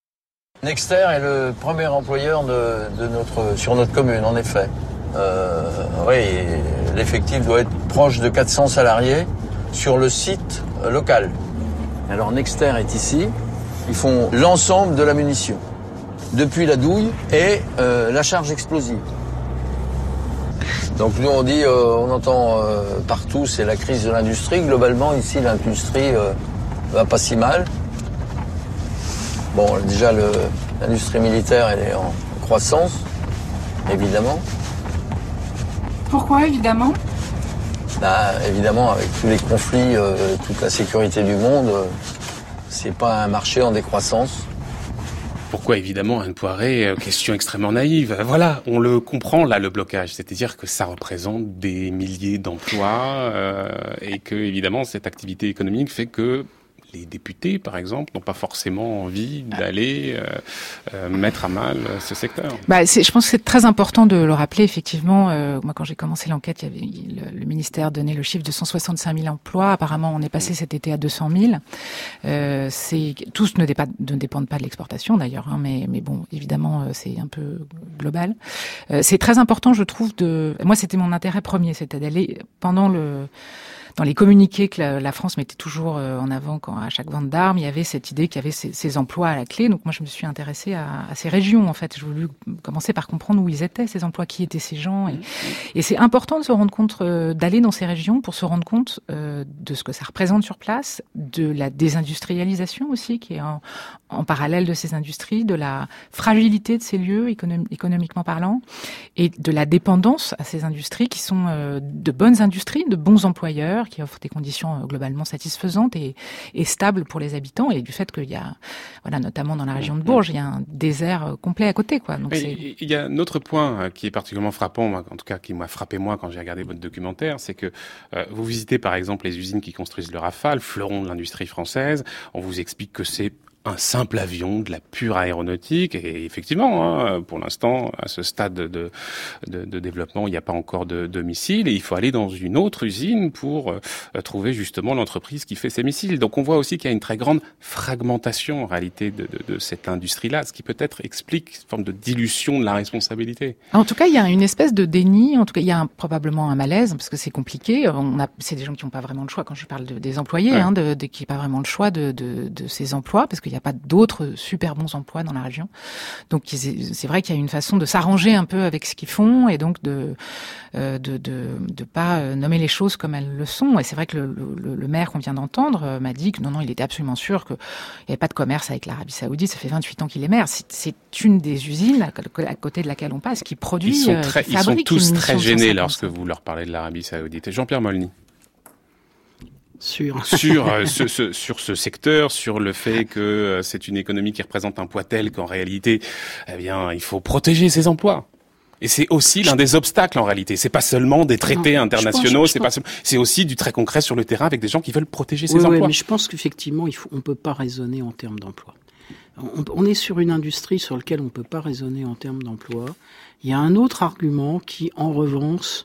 Nexter est le premier employeur de, de notre, sur notre commune, en effet. Euh, oui, l'effectif doit être proche de quatre cents salariés sur le site local. Alors Nexter est ici, ils font l'ensemble de la munition, depuis la douille et euh, la charge explosive. Donc nous on dit, euh, on entend euh, partout, c'est la crise de l'industrie. Globalement ici l'industrie euh, va pas si mal. Bon, déjà, le, l'industrie militaire, elle est en croissance, évidemment. Pourquoi, évidemment ? Bah, évidemment, avec tous les conflits, euh, toute la sécurité du monde, euh, c'est pas un marché en décroissance. Pourquoi évidemment Anne Poiré, question extrêmement naïve. Voilà, on le comprend là, le blocage, c'est-à-dire que ça représente des milliers d'emplois euh, et que évidemment cette activité économique fait que les députés, par exemple, n'ont pas forcément envie d'aller euh, euh, mettre à mal ce secteur. Bah, c'est, je pense que c'est très important de le rappeler. Effectivement, euh, moi, quand j'ai commencé l'enquête, il y avait le, le ministère donnait le chiffre de cent soixante-cinq mille emplois. Apparemment, on est passé cet été à deux cent mille. Euh, c'est tous ne, dépa- ne dépendent pas de l'exportation, d'ailleurs, hein, mais, mais bon, évidemment, c'est un peu global. Euh, c'est très important, je trouve. De, moi, c'était mon intérêt premier, c'était d'aller pendant le dans les communiqués que la, la France mettait toujours en avant quand à chaque vente d'armes, il y avait cette idée qu'il y avait ces, ces emplois à la clé. Donc moi, je me suis intéressée à, à ces régions, en fait. Je voulais commencer par comprendre où ils étaient, ces emplois, qui étaient ces gens. Et, et c'est important de se rendre compte, euh, d'aller dans ces régions pour se rendre compte euh, de ce que ça représente sur place, de la désindustrialisation aussi, qui est en, en parallèle de ces industries, de la fragilité de ces lieux, économ- économiquement parlant, et de la dépendance à ces industries qui sont euh, de bonnes industries, de bons employeurs, qui offrent des conditions globalement satisfaisantes et, et stables pour les habitants, et du fait qu'il y a, voilà, notamment dans la région de Bourges, il y a un désert complet à côté, quoi. Donc c'est... Il y a un autre point qui est particulièrement frappant, en tout cas qui m'a frappé moi quand j'ai regardé votre documentaire, c'est que euh, vous visitez par exemple les usines qui construisent le Rafale, fleuron de l'industrie française. On vous explique que c'est un simple avion, de la pure aéronautique, et effectivement, hein, pour l'instant, à ce stade de, de, de développement, il n'y a pas encore de, de missiles, et il faut aller dans une autre usine pour euh, trouver justement l'entreprise qui fait ces missiles. Donc on voit aussi qu'il y a une très grande fragmentation en réalité de, de, de cette industrie-là, ce qui peut-être explique une forme de dilution de la responsabilité. En tout cas, il y a une espèce de déni, en tout cas, il y a un, probablement un malaise, parce que c'est compliqué. On a, c'est des gens qui n'ont pas vraiment le choix, quand je parle de, des employés, ouais. hein, de, de, qui n'ont pas vraiment le choix de, de, de ces emplois, parce qu'il y a Il n'y a pas d'autres super bons emplois dans la région. Donc c'est vrai qu'il y a une façon de s'arranger un peu avec ce qu'ils font et donc de euh, de, de de pas nommer les choses comme elles le sont. Et c'est vrai que le, le, le maire qu'on vient d'entendre m'a dit que non, non, il était absolument sûr qu'il n'y avait pas de commerce avec l'Arabie Saoudite. Ça fait vingt-huit ans qu'il est maire. C'est une des usines à côté de laquelle on passe qui produit, ils sont très, qui ils sont tous très gênés lorsque vous leur parlez de l'Arabie Saoudite. Jean-Pierre Molny. Sur sur euh, ce, ce sur ce secteur, sur le fait que euh, c'est une économie qui représente un poids tel qu'en réalité, eh bien, il faut protéger ces emplois. Et c'est aussi l'un des obstacles en réalité. C'est pas seulement des traités non, internationaux, c'est pas seulement, c'est aussi du très concret sur le terrain avec des gens qui veulent protéger ces oui, emplois. Oui, mais je pense qu'effectivement, il faut, on peut pas raisonner en termes d'emploi. On, on est sur une industrie sur laquelle on peut pas raisonner en termes d'emploi. Il y a un autre argument qui, en revanche,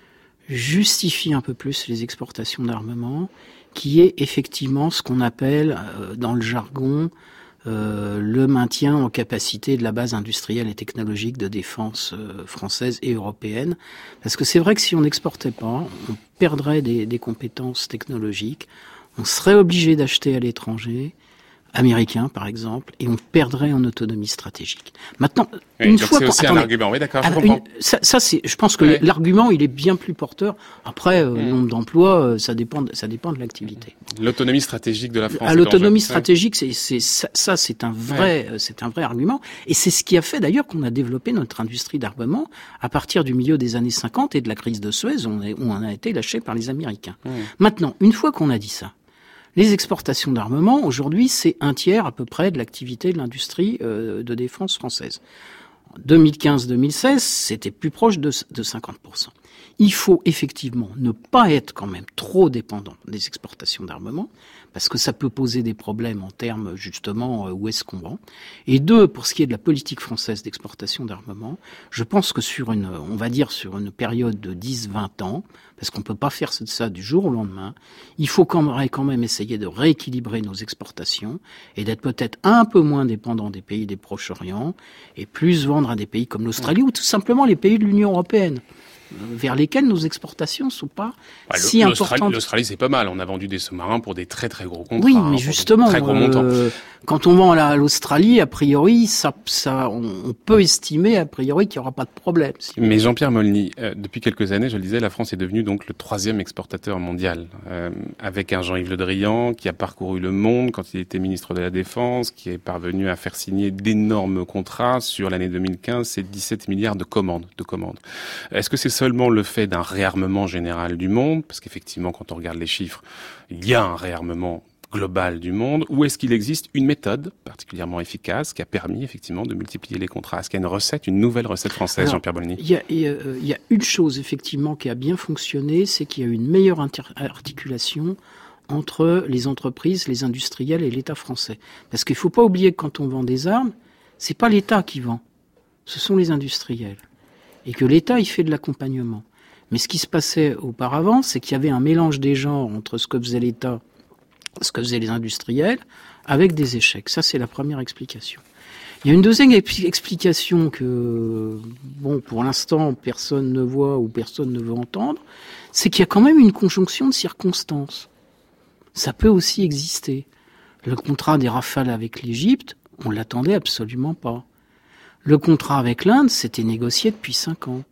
justifie un peu plus les exportations d'armement, qui est effectivement ce qu'on appelle euh, dans le jargon euh, le maintien en capacité de la base industrielle et technologique de défense euh, française et européenne. Parce que c'est vrai que si on n'exportait pas, on perdrait des, des compétences technologiques, on serait obligé d'acheter à l'étranger, américain par exemple, et on perdrait en autonomie stratégique. Maintenant, oui, une donc fois c'est aussi attendez, un argument. Oui, d'accord, je alors, comprends. Une, ça, ça c'est, je pense que oui. l'argument il est bien plus porteur. Après, euh, oui. le nombre d'emplois, euh, ça dépend, de, ça dépend de l'activité. L'autonomie stratégique de la France. À l'autonomie stratégique, c'est, c'est ça, ça, c'est un vrai, oui. c'est un vrai argument, et c'est ce qui a fait d'ailleurs qu'on a développé notre industrie d'armement à partir du milieu des années cinquante et de la crise de Suez, où on, est, où on a été lâché par les Américains. Oui. Maintenant, une fois qu'on a dit ça. Les exportations d'armement, aujourd'hui, c'est un tiers à peu près de l'activité de l'industrie euh, de défense française. En deux mille quinze deux mille seize, c'était plus proche de, de cinquante pour cent. Il faut effectivement ne pas être quand même trop dépendant des exportations d'armement, parce que ça peut poser des problèmes en termes justement où est-ce qu'on vend. Et deux, pour ce qui est de la politique française d'exportation d'armement, je pense que sur une, on va dire sur une période de dix vingt ans, parce qu'on peut pas faire ça du jour au lendemain, il faut quand même, quand même essayer de rééquilibrer nos exportations et d'être peut-être un peu moins dépendant des pays des Proche-Orient et plus vendre à des pays comme l'Australie ou tout simplement les pays de l'Union européenne, vers lesquels nos exportations sont pas bah, si importantes. L'Australie, c'est pas mal. On a vendu des sous-marins pour des très très gros contrats. Oui, mais justement, très gros montants. Euh, quand on vend à l'Australie, a priori, ça, ça, on, on peut estimer a priori qu'il y aura pas de problème. Si mais Jean-Pierre Molny, euh, depuis quelques années, je le disais, la France est devenue donc le troisième exportateur mondial, euh, avec un Jean-Yves Le Drian qui a parcouru le monde quand il était ministre de la Défense, qui est parvenu à faire signer d'énormes contrats sur l'année deux mille quinze, c'est dix-sept milliards de commandes, de commandes. Est-ce que c'est seulement le fait d'un réarmement général du monde, parce qu'effectivement, quand on regarde les chiffres, il y a un réarmement globale du monde, ou est-ce qu'il existe une méthode particulièrement efficace qui a permis effectivement de multiplier les contrats? Est-ce qu'il y a une recette, une nouvelle recette française, Jean-Pierre Bolny? Il y a, il y a, il y a une chose effectivement qui a bien fonctionné, c'est qu'il y a eu une meilleure inter- articulation entre les entreprises, les industriels et l'État français. Parce qu'il ne faut pas oublier que quand on vend des armes, c'est pas l'État qui vend, ce sont les industriels. Et que l'État, il fait de l'accompagnement. Mais ce qui se passait auparavant, c'est qu'il y avait un mélange des genres entre ce que faisait l'État, ce que faisaient les industriels, avec des échecs. Ça, c'est la première explication. Il y a une deuxième explication que, bon, pour l'instant, personne ne voit ou personne ne veut entendre, c'est qu'il y a quand même une conjonction de circonstances. Ça peut aussi exister. Le contrat des Rafales avec l'Égypte, on l'attendait absolument pas. Le contrat avec l'Inde, c'était négocié depuis cinq ans.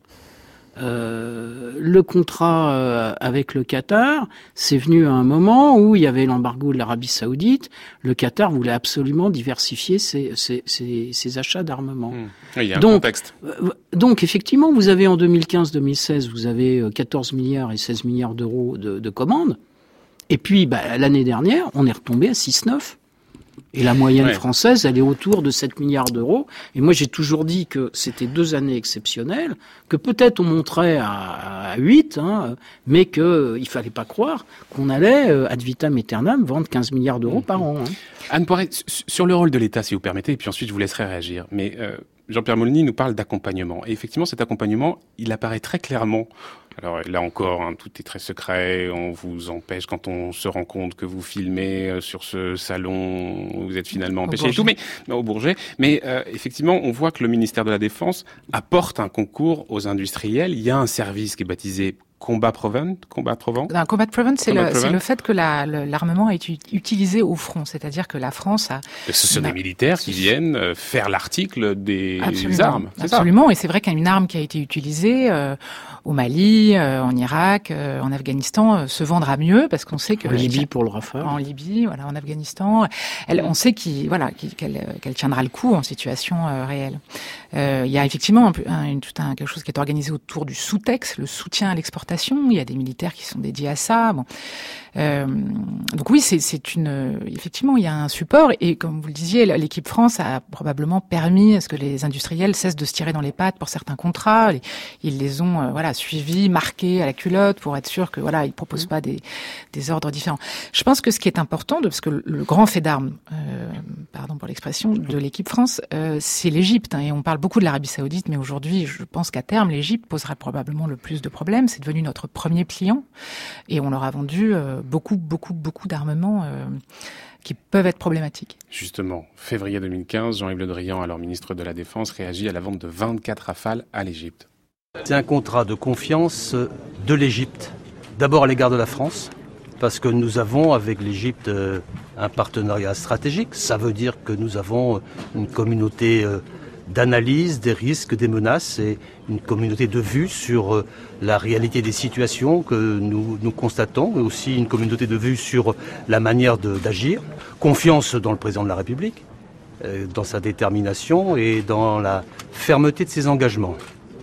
Euh, le contrat euh, avec le Qatar, c'est venu à un moment où il y avait l'embargo de l'Arabie Saoudite. Le Qatar voulait absolument diversifier ses, ses, ses, ses achats d'armement. Mmh. Oui, il y a un donc, contexte. Euh, donc, effectivement, vous avez en deux mille quinze deux mille seize, vous avez quatorze milliards et seize milliards d'euros de, de commandes. Et puis, bah, l'année dernière, on est retombé à six neuf. Et la moyenne ouais. française, elle est autour de sept milliards d'euros. Et moi, j'ai toujours dit que c'était deux années exceptionnelles, que peut-être on monterait à, à huit, hein, mais qu'il euh, ne fallait pas croire qu'on allait, euh, ad vitam aeternam, vendre quinze milliards d'euros mmh. par an. Hein. Anne Poiret, sur le rôle de l'État, si vous permettez, et puis ensuite je vous laisserai réagir. Mais euh, Jean-Pierre Bolny nous parle d'accompagnement. Et effectivement, cet accompagnement, il apparaît très clairement. Alors là encore, hein, tout est très secret, on vous empêche quand on se rend compte que vous filmez sur ce salon, vous êtes finalement empêché et tout, mais, mais au Bourget. Mais euh, effectivement, on voit que le ministère de la Défense apporte un concours aux industriels. Il y a un service qui est baptisé Combat Prevent, Combat Prevent. Non, Combat Prevent, c'est, le, c'est le fait que la, le, l'armement est utilisé au front, c'est-à-dire que la France a... Ce sont des militaires qui viennent faire l'article des absolument, armes, c'est absolument. ça. Et c'est vrai qu'une arme qui a été utilisée euh, au Mali, euh, en Irak, euh, en Afghanistan, euh, se vendra mieux parce qu'on sait que... En Libye pour le Rafale. En Libye, voilà, en Afghanistan. Elle, on sait qu'il, voilà, qu'elle, qu'elle tiendra le coup en situation euh, réelle. Euh, il y a effectivement un, un, tout un, quelque chose qui est organisé autour du sous-texte, le soutien à l'exportation. Il y a des militaires qui sont dédiés à ça. Bon. Euh, donc oui, c'est, c'est une. Effectivement, il y a un support et comme vous le disiez, l'équipe France a probablement permis à ce que les industriels cessent de se tirer dans les pattes pour certains contrats. Ils les ont, euh, voilà, suivis, marqués à la culotte pour être sûr que voilà, ils proposent pas des, des ordres différents. Je pense que ce qui est important, de, parce que le grand fait d'armes, euh, pardon pour l'expression, de l'équipe France, euh, c'est l'Égypte. Hein, et on parle beaucoup de l'Arabie Saoudite, mais aujourd'hui, je pense qu'à terme, l'Égypte posera probablement le plus de problèmes. C'est devenu notre premier client et on leur a vendu euh, beaucoup, beaucoup, beaucoup d'armements euh, qui peuvent être problématiques. Justement, février deux mille quinze, Jean-Yves Le Drian, alors ministre de la Défense, réagit à la vente de vingt-quatre Rafales à l'Égypte. C'est un contrat de confiance de l'Égypte, d'abord à l'égard de la France, parce que nous avons avec l'Égypte un partenariat stratégique. Ça veut dire que nous avons une communauté d'analyse des risques, des menaces et une communauté de vue sur la réalité des situations que nous, nous constatons, mais aussi une communauté de vue sur la manière de, d'agir. Confiance dans le président de la République, euh, dans sa détermination et dans la fermeté de ses engagements.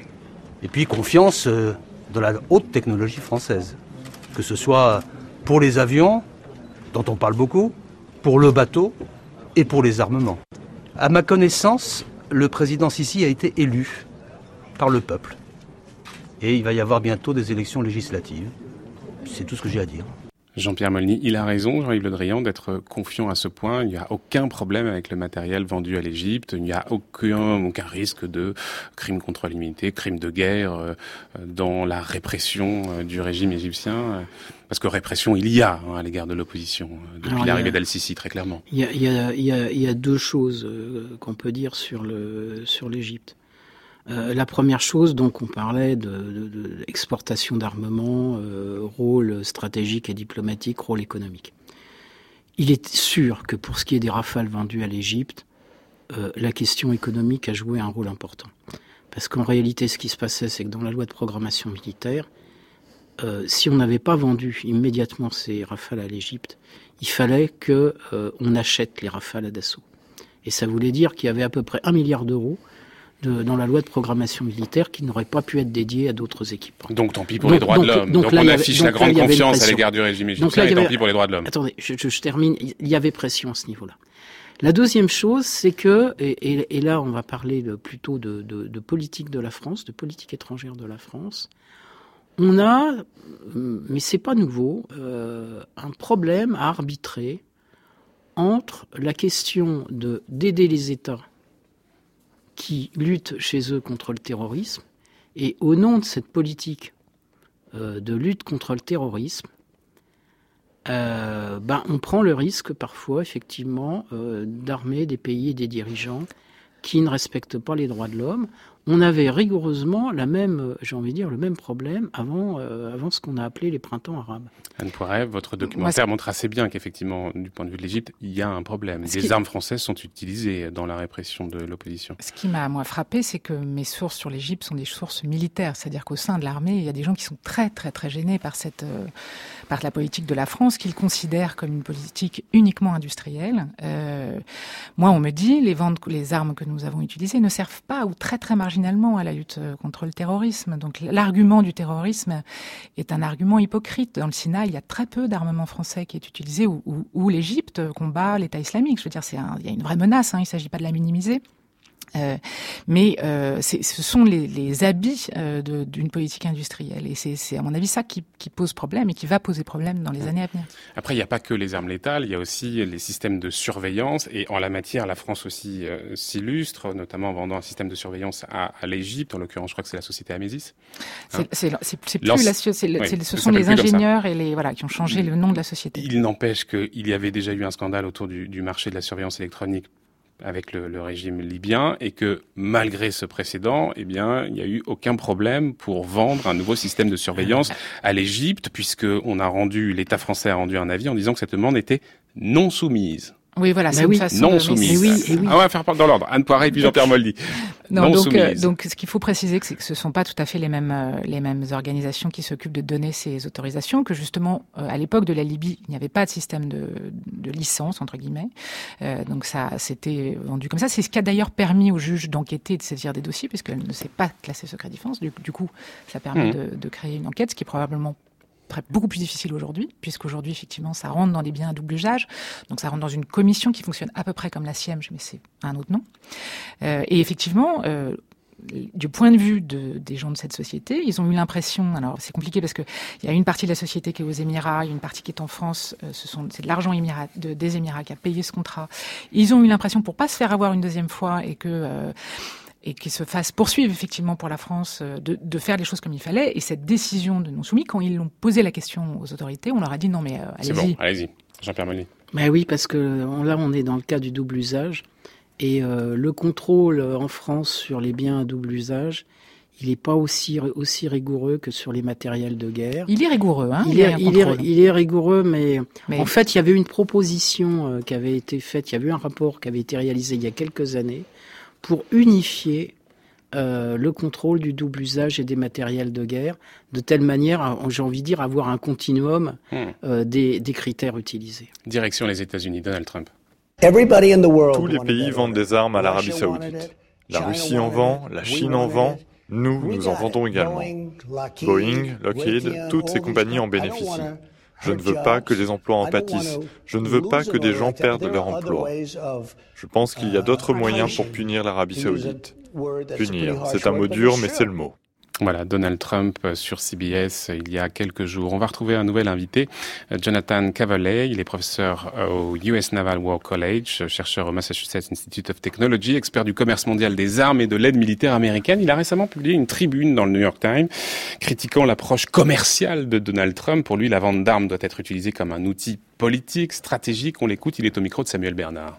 Et puis confiance euh, dans la haute technologie française, que ce soit pour les avions, dont on parle beaucoup, pour le bateau et pour les armements. À ma connaissance, le président Sisi a été élu par le peuple. Et il va y avoir bientôt des élections législatives. C'est tout ce que j'ai à dire. Jean-Pierre Bolny, il a raison, Jean-Yves Le Drian, d'être confiant à ce point. Il n'y a aucun problème avec le matériel vendu à l'Égypte. Il n'y a aucun, aucun risque de crimes contre l'humanité, crimes de guerre euh, dans la répression euh, du régime égyptien. Euh, parce que répression, il y a hein, à l'égard de l'opposition, euh, depuis Alors, l'arrivée a, d'Al-Sisi, très clairement. Il y a, il y a, il y a, il y a deux choses euh, qu'on peut dire sur, le, sur l'Égypte. Euh, la première chose, donc, on parlait de, de, de l'exportation d'armement, euh, rôle stratégique et diplomatique, rôle économique. Il est sûr que pour ce qui est des Rafales vendus à l'Égypte, euh, la question économique a joué un rôle important. Parce qu'en réalité, ce qui se passait, c'est que dans la loi de programmation militaire, euh, si on n'avait pas vendu immédiatement ces Rafales à l'Égypte, il fallait que euh, on achète les Rafales à Dassault. Et ça voulait dire qu'il y avait à peu près un milliard d'euros de, dans la loi de programmation militaire qui n'aurait pas pu être dédiée à d'autres équipements. Donc tant pis pour donc, les droits donc, de l'homme. Donc, donc là, on affiche avait, la grande confiance à l'égard du régime égyptien et tant pis pour les droits de l'homme. Attendez, je, je, je termine. Il y avait pression à ce niveau-là. La deuxième chose, c'est que, et, et, et là on va parler de, plutôt de, de, de politique de la France, de politique étrangère de la France, on a, mais c'est pas nouveau, euh, un problème à arbitrer entre la question de, d'aider les États qui luttent chez eux contre le terrorisme, et au nom de cette politique euh, de lutte contre le terrorisme, Euh, ben, on prend le risque parfois, effectivement, euh, d'armer des pays et des dirigeants qui ne respectent pas les droits de l'homme. On avait rigoureusement la même, j'ai envie de dire, le même problème avant, euh, avant ce qu'on a appelé les printemps arabes. Anne Poiret, votre documentaire Moi, montre assez bien qu'effectivement, du point de vue de l'Égypte, il y a un problème. Des qui... armes françaises sont utilisées dans la répression de l'opposition. Ce qui m'a, moi, frappé, c'est que mes sources sur l'Égypte sont des sources militaires. C'est-à-dire qu'au sein de l'armée, il y a des gens qui sont très, très, très gênés par cette, euh, par la politique de la France, qu'ils considèrent comme une politique uniquement industrielle. Euh, moi, on me dit, les ventes, les armes que nous avons utilisées ne servent pas ou très, très marginalement à la lutte contre le terrorisme. Donc, l'argument du terrorisme est un argument hypocrite. Dans le Sinaï, il y a très peu d'armement français qui est utilisé, où, où, où l'Égypte combat l'État islamique. Je veux dire, c'est un, il y a une vraie menace, hein, il ne s'agit pas de la minimiser. Euh, mais euh, c'est, ce sont les, les habits euh, de, d'une politique industrielle. Et c'est, c'est à mon avis ça qui, qui pose problème et qui va poser problème dans les années à venir. Après, il n'y a pas que les armes létales, il y a aussi les systèmes de surveillance. Et en la matière, la France aussi euh, s'illustre, notamment en vendant un système de surveillance à, à l'Égypte. En l'occurrence, je crois que c'est la société Amésis. Hein c'est, c'est, c'est, c'est plus Lance... la, c'est, le, oui, c'est, ce sont les ingénieurs et les voilà qui ont changé le nom de la société. Il n'empêche qu'il y avait déjà eu un scandale autour du, du marché de la surveillance électronique avec le, le régime libyen, et que malgré ce précédent, eh bien, il n'y a eu aucun problème pour vendre un nouveau système de surveillance à l'Égypte, puisque on a rendu, l'État français a rendu un avis en disant que cette demande était non soumise. Oui, voilà, c'est bah une oui. façon non de... soumise. Oui, et oui. Ah, on va faire dans l'ordre. Anne Poiret et puis Jean-Pierre Moldy. Non, non donc, soumise. euh, donc, ce qu'il faut préciser, c'est que ce ne sont pas tout à fait les mêmes, euh, les mêmes organisations qui s'occupent de donner ces autorisations, que justement, euh, à l'époque de la Libye, il n'y avait pas de système de, de licence, entre guillemets. Euh, donc ça, c'était vendu comme ça. C'est ce qui a d'ailleurs permis aux juges d'enquêter et de saisir des dossiers, puisqu'elle ne s'est pas classée secret défense. Du, du coup, ça permet mmh. de, de créer une enquête, ce qui est probablement beaucoup plus difficile aujourd'hui, puisqu'aujourd'hui, effectivement, ça rentre dans des biens à double usage. Donc, ça rentre dans une commission qui fonctionne à peu près comme la S I E M, mais c'est un autre nom. Euh, et effectivement, euh, du point de vue de, des gens de cette société, ils ont eu l'impression, alors c'est compliqué parce que il y a une partie de la société qui est aux Émirats, il y a une partie qui est en France, euh, ce sont, c'est de l'argent émirat, de, des Émirats qui a payé ce contrat. Ils ont eu l'impression, pour pas se faire avoir une deuxième fois et que... Euh, et qu'ils se fassent poursuivre effectivement pour la France de, de faire les choses comme il fallait. Et cette décision de non soumis, quand ils l'ont posé la question aux autorités, on leur a dit non mais euh, allez-y. C'est bon, allez-y. Jean-Pierre Molly. Ben oui, parce que là on est dans le cas du double usage. Et euh, le contrôle en France sur les biens à double usage, il n'est pas aussi, aussi rigoureux que sur les matériels de guerre. Il est rigoureux, hein. Il, il, est, il, est, il est rigoureux, mais, mais en fait, il y avait une proposition euh, qui avait été faite, il y avait eu un rapport qui avait été réalisé il y a quelques années pour unifier euh, le contrôle du double usage et des matériels de guerre, de telle manière, j'ai envie de dire, avoir un continuum euh, des, des critères utilisés. Direction les États-Unis, Donald Trump. Tous les pays vendent des armes à l'Arabie Saoudite. La Russie en vend, la Chine en vend, nous, nous en vendons également. Boeing, Lockheed, toutes ces compagnies en bénéficient. Je ne veux pas que les emplois en pâtissent. Je ne veux pas que des gens perdent leur emploi. Je pense qu'il y a d'autres moyens pour punir l'Arabie Saoudite. Punir, c'est un mot dur, mais c'est le mot. Voilà, Donald Trump sur C B S il y a quelques jours. On va retrouver un nouvel invité, Jonathan Cavallet. Il est professeur au U S Naval War College, chercheur au Massachusetts Institute of Technology, expert du commerce mondial des armes et de l'aide militaire américaine. Il a récemment publié une tribune dans le New York Times critiquant l'approche commerciale de Donald Trump. Pour lui, la vente d'armes doit être utilisée comme un outil politique, stratégique. On l'écoute, il est au micro de Samuel Bernard.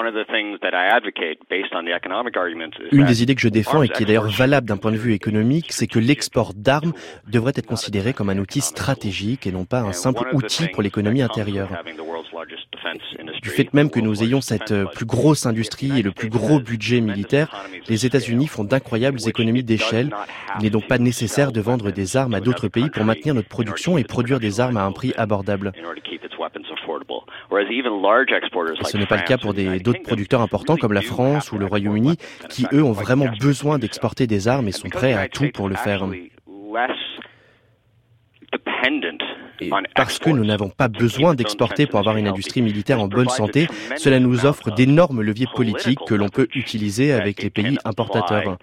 Une des idées que je défends et qui est d'ailleurs valable d'un point de vue économique, c'est que l'export d'armes devrait être considéré comme un outil stratégique et non pas un simple outil pour l'économie intérieure. Du fait même que nous ayons cette plus grosse industrie et le plus gros budget militaire, les États-Unis font d'incroyables économies d'échelle. Il n'est donc pas nécessaire de vendre des armes à d'autres pays pour maintenir notre production et produire des armes à un prix abordable. Ce n'est pas le cas pour des, d'autres producteurs importants comme la France ou le Royaume-Uni qui, eux, ont vraiment besoin d'exporter des armes et sont prêts à tout pour le faire. Et parce que nous n'avons pas besoin d'exporter pour avoir une industrie militaire en bonne santé, cela nous offre d'énormes leviers politiques que l'on peut utiliser avec les pays importateurs.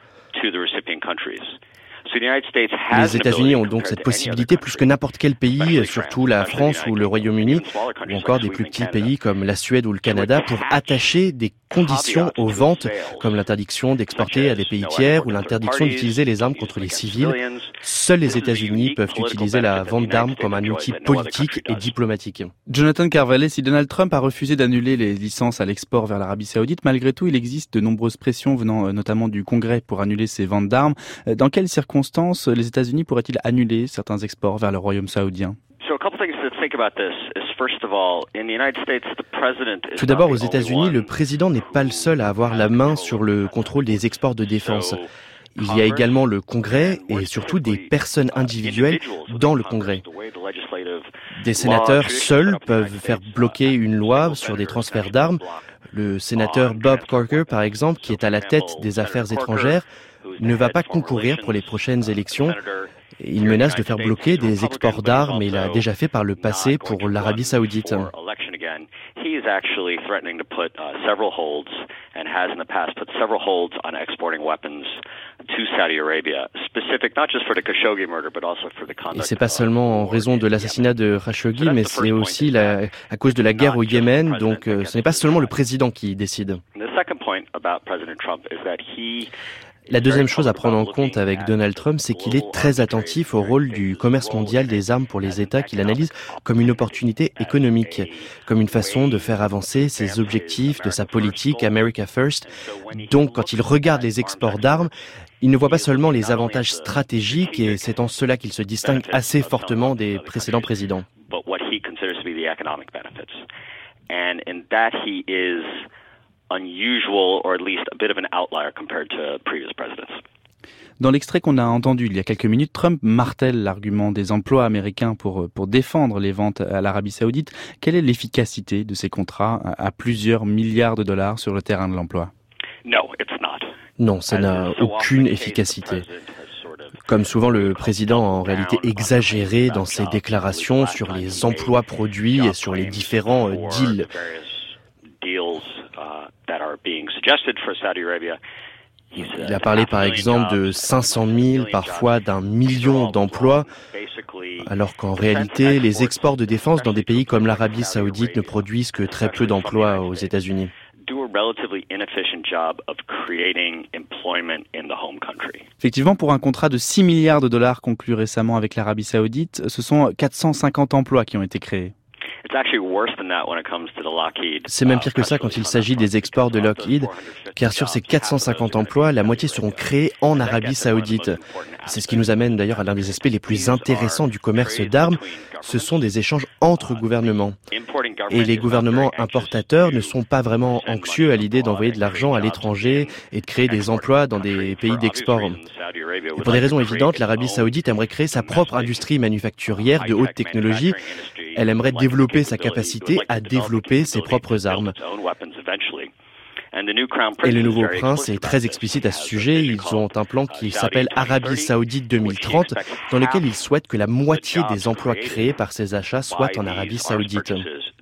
Les États-Unis ont donc cette possibilité plus que n'importe quel pays, surtout la France ou le Royaume-Uni, ou encore des plus petits pays comme la Suède ou le Canada, pour attacher des conditions aux ventes, comme l'interdiction d'exporter à des pays tiers ou l'interdiction d'utiliser les armes contre les civils. Seuls les États-Unis peuvent utiliser la vente d'armes comme un outil politique et diplomatique. Jonathan Carvallet, si Donald Trump a refusé d'annuler les licences à l'export vers l'Arabie Saoudite, malgré tout, il existe de nombreuses pressions venant notamment du Congrès pour annuler ces ventes d'armes. Dans quelles circonstances les États-Unis pourraient-ils annuler certains exports vers le Royaume saoudien ? Tout d'abord, aux États-Unis, le président n'est pas le seul à avoir la main sur le contrôle des exports de défense. Il y a également le Congrès et surtout des personnes individuelles dans le Congrès. Des sénateurs seuls peuvent faire bloquer une loi sur des transferts d'armes. Le sénateur Bob Corker, par exemple, qui est à la tête des affaires étrangères, ne va pas concourir pour les prochaines élections. Il menace de faire bloquer des exports d'armes et l'a déjà fait par le passé pour l'Arabie Saoudite. Et c'est pas seulement en raison de l'assassinat de Khashoggi, mais c'est aussi la, à cause de la guerre au Yémen, donc euh, ce n'est pas seulement le président qui décide. La deuxième chose à prendre en compte avec Donald Trump, c'est qu'il est très attentif au rôle du commerce mondial des armes pour les États qu'il analyse comme une opportunité économique, comme une façon de faire avancer ses objectifs de sa politique America First. Donc, quand il regarde les exports d'armes, il ne voit pas seulement les avantages stratégiques et c'est en cela qu'il se distingue assez fortement des précédents présidents. Unusual, or at least a bit of an outlier compared to previous presidents. Dans l'extrait qu'on a entendu il y a quelques minutes, Trump martèle l'argument des emplois américains pour, pour défendre les ventes à l'Arabie Saoudite. Quelle est l'efficacité de ces contrats à, à plusieurs milliards de dollars sur le terrain de l'emploi ? Non, ça n'a aucune efficacité. Comme souvent, le président a en réalité exagéré dans ses déclarations sur les emplois produits et sur les différents deals. Il a parlé par exemple de cinq cent mille, parfois d'un million d'emplois, alors qu'en réalité, les exports de défense dans des pays comme l'Arabie Saoudite ne produisent que très peu d'emplois aux États-Unis. Effectivement, pour un contrat de six milliards de dollars conclu récemment avec l'Arabie Saoudite, ce sont quatre cent cinquante emplois qui ont été créés. C'est même pire que ça quand il s'agit des exports de Lockheed, car sur ces quatre cent cinquante emplois, la moitié seront créés en Arabie Saoudite. C'est ce qui nous amène d'ailleurs à l'un des aspects les plus intéressants du commerce d'armes, ce sont des échanges entre gouvernements. Et les gouvernements importateurs ne sont pas vraiment anxieux à l'idée d'envoyer de l'argent à l'étranger et de créer des emplois dans des pays d'export. Et pour des raisons évidentes, l'Arabie Saoudite aimerait créer sa propre industrie manufacturière de haute technologie. Elle aimerait développer sa capacité à développer ses propres armes. Et le nouveau prince est très explicite à ce sujet. Ils ont un plan qui s'appelle Arabie Saoudite deux mille trente, dans lequel ils souhaitent que la moitié des emplois créés par ces achats soient en Arabie Saoudite.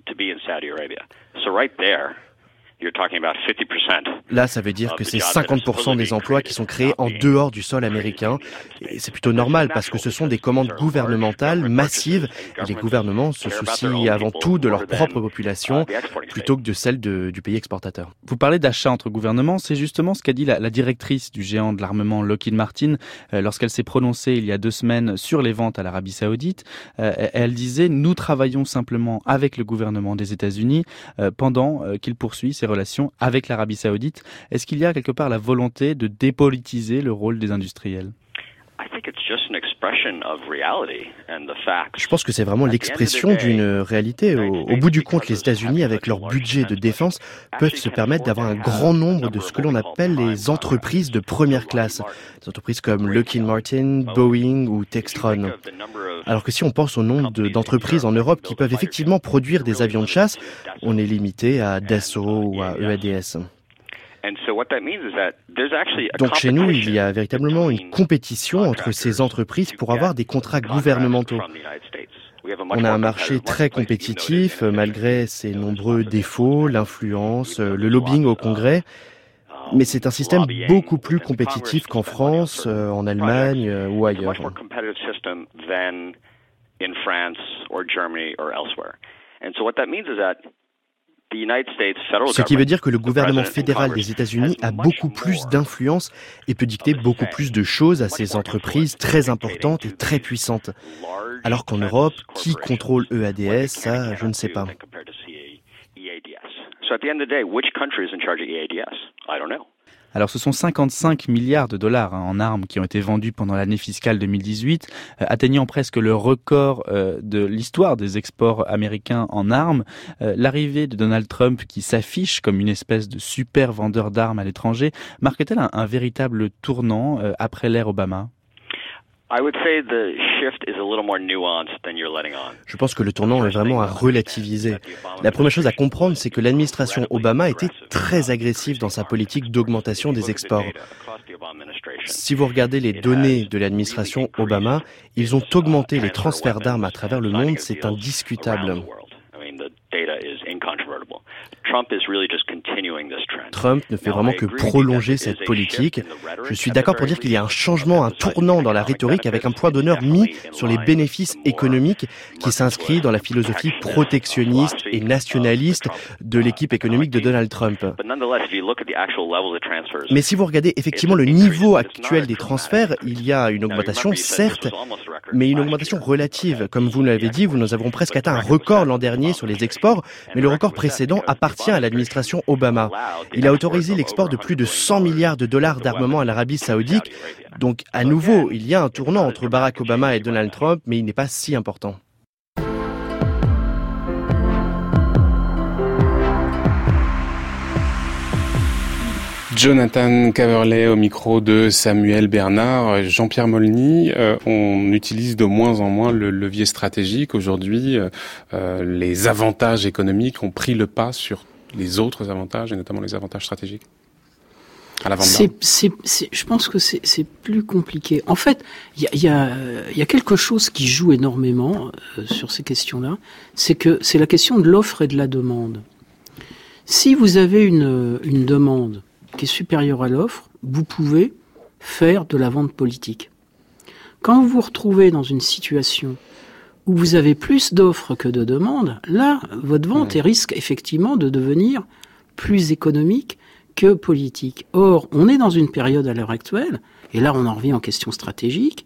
Là, ça veut dire que c'est cinquante pour cent des emplois qui sont créés en dehors du sol américain. Et c'est plutôt normal parce que ce sont des commandes gouvernementales massives. Et les gouvernements se soucient avant tout de leur propre population plutôt que de celle de, du pays exportateur. Vous parlez d'achat entre gouvernements, c'est justement ce qu'a dit la, la directrice du géant de l'armement Lockheed Martin euh, lorsqu'elle s'est prononcée il y a deux semaines sur les ventes à l'Arabie Saoudite. Euh, elle disait « Nous travaillons simplement avec le gouvernement des États-Unis euh, pendant euh, qu'il poursuit ses relations avec l'Arabie Saoudite ». Est-ce qu'il y a quelque part la volonté de dépolitiser le rôle des industriels ? Je pense que c'est vraiment l'expression d'une réalité. Au, au bout du compte, les États-Unis, avec leur budget de défense, peuvent se permettre d'avoir un grand nombre de ce que l'on appelle les entreprises de première classe. Des entreprises comme Lockheed Martin, Boeing ou Textron. Alors que si on pense au nombre de, d'entreprises en Europe qui peuvent effectivement produire des avions de chasse, on est limité à Dassault ou à E A D S. Donc chez nous, il y a véritablement une compétition entre ces entreprises pour avoir des contrats gouvernementaux. On a un marché très compétitif, malgré ses nombreux défauts, l'influence, le lobbying au Congrès. Mais c'est un système beaucoup plus compétitif qu'en France, en Allemagne ou ailleurs. Ce qui veut dire que le gouvernement fédéral des États-Unis a beaucoup plus d'influence et peut dicter beaucoup plus de choses à ces entreprises très importantes et très puissantes. Alors qu'en Europe, qui contrôle E A D S, ça, je ne sais pas. Alors ce sont cinquante-cinq milliards de dollars hein, en armes qui ont été vendus pendant l'année fiscale deux mille dix-huit, euh, atteignant presque le record euh, de l'histoire des exports américains en armes. Euh, l'arrivée de Donald Trump, qui s'affiche comme une espèce de super vendeur d'armes à l'étranger, marque-t-elle un, un véritable tournant euh, après l'ère Obama ? Je pense que le tournant est vraiment à relativiser. La première chose à comprendre, c'est que l'administration Obama était très agressive dans sa politique d'augmentation des exports. Si vous regardez les données de l'administration Obama, ils ont augmenté les transferts d'armes à travers le monde, c'est indiscutable. Trump ne fait vraiment que prolonger cette politique. Je suis d'accord pour dire qu'il y a un changement, un tournant dans la rhétorique avec un point d'honneur mis sur les bénéfices économiques qui s'inscrit dans la philosophie protectionniste et nationaliste de l'équipe économique de Donald Trump. Mais si vous regardez effectivement le niveau actuel des transferts, il y a une augmentation, certes, mais une augmentation relative. Comme vous l'avez dit, nous avons presque atteint un record l'an dernier sur les exports, mais le record précédent appartient à l'administration Obama. Il a autorisé l'export de plus de cent milliards de dollars d'armement à l'Arabie Saoudite. Donc, à nouveau, il y a un tournant entre Barack Obama et Donald Trump, mais il n'est pas si important. Jonathan Caverley au micro de Samuel Bernard. Jean-Pierre Molny, euh, on utilise de moins en moins le levier stratégique. Aujourd'hui, euh, les avantages économiques ont pris le pas sur les autres avantages, et notamment les avantages stratégiques à la vente d'armes. C'est, c'est, c'est, je pense que c'est, c'est plus compliqué. En fait, il y a, y, a, y a quelque chose qui joue énormément euh, sur ces questions-là, c'est que c'est la question de l'offre et de la demande. Si vous avez une, une demande qui est supérieure à l'offre, vous pouvez faire de la vente politique. Quand vous vous retrouvez dans une situation où vous avez plus d'offres que de demandes, là, votre vente mmh. risque effectivement de devenir plus économique que politique. Or, on est dans une période à l'heure actuelle, et là on en revient en question stratégique,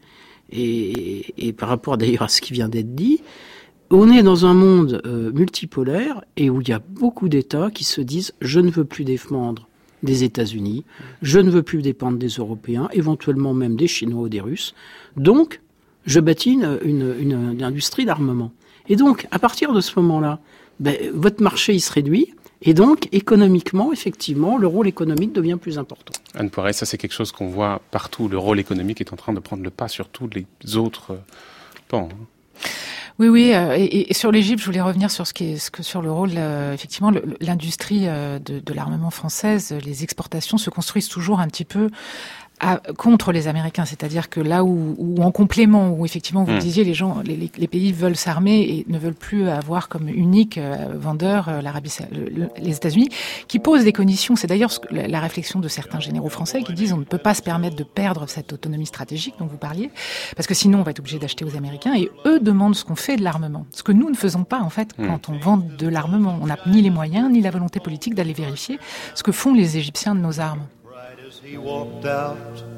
et, et par rapport d'ailleurs à ce qui vient d'être dit, on est dans un monde euh, multipolaire et où il y a beaucoup d'États qui se disent « je ne veux plus défendre des États-Unis, je ne veux plus dépendre des Européens, éventuellement même des Chinois ou des Russes. Donc, je bâtis une, une, une, une industrie d'armement. » Et donc, à partir de ce moment-là, ben, votre marché il se réduit, et donc, économiquement, effectivement, le rôle économique devient plus important. Anne Poiret, ça c'est quelque chose qu'on voit partout. Le rôle économique est en train de prendre le pas sur tous les autres pans. Oui, oui, euh, et, et sur l'Égypte, je voulais revenir sur ce qui est, ce que sur le rôle, euh, effectivement, le, l'industrie euh, de, de l'armement française, les exportations se construisent toujours un petit peu à, contre les Américains, c'est-à-dire que là où, où en complément, où effectivement vous mmh. le disiez, les gens, les, les pays veulent s'armer et ne veulent plus avoir comme unique euh, vendeur euh, l'Arabie, le, les États-Unis, qui posent des conditions. C'est d'ailleurs ce que, la, la réflexion de certains généraux français qui disent on ne peut pas se permettre de perdre cette autonomie stratégique dont vous parliez, parce que sinon on va être obligé d'acheter aux Américains. Et eux demandent ce qu'on fait de l'armement, ce que nous ne faisons pas en fait mmh. quand on vend de l'armement. On n'a ni les moyens ni la volonté politique d'aller vérifier ce que font les Égyptiens de nos armes. He walked out.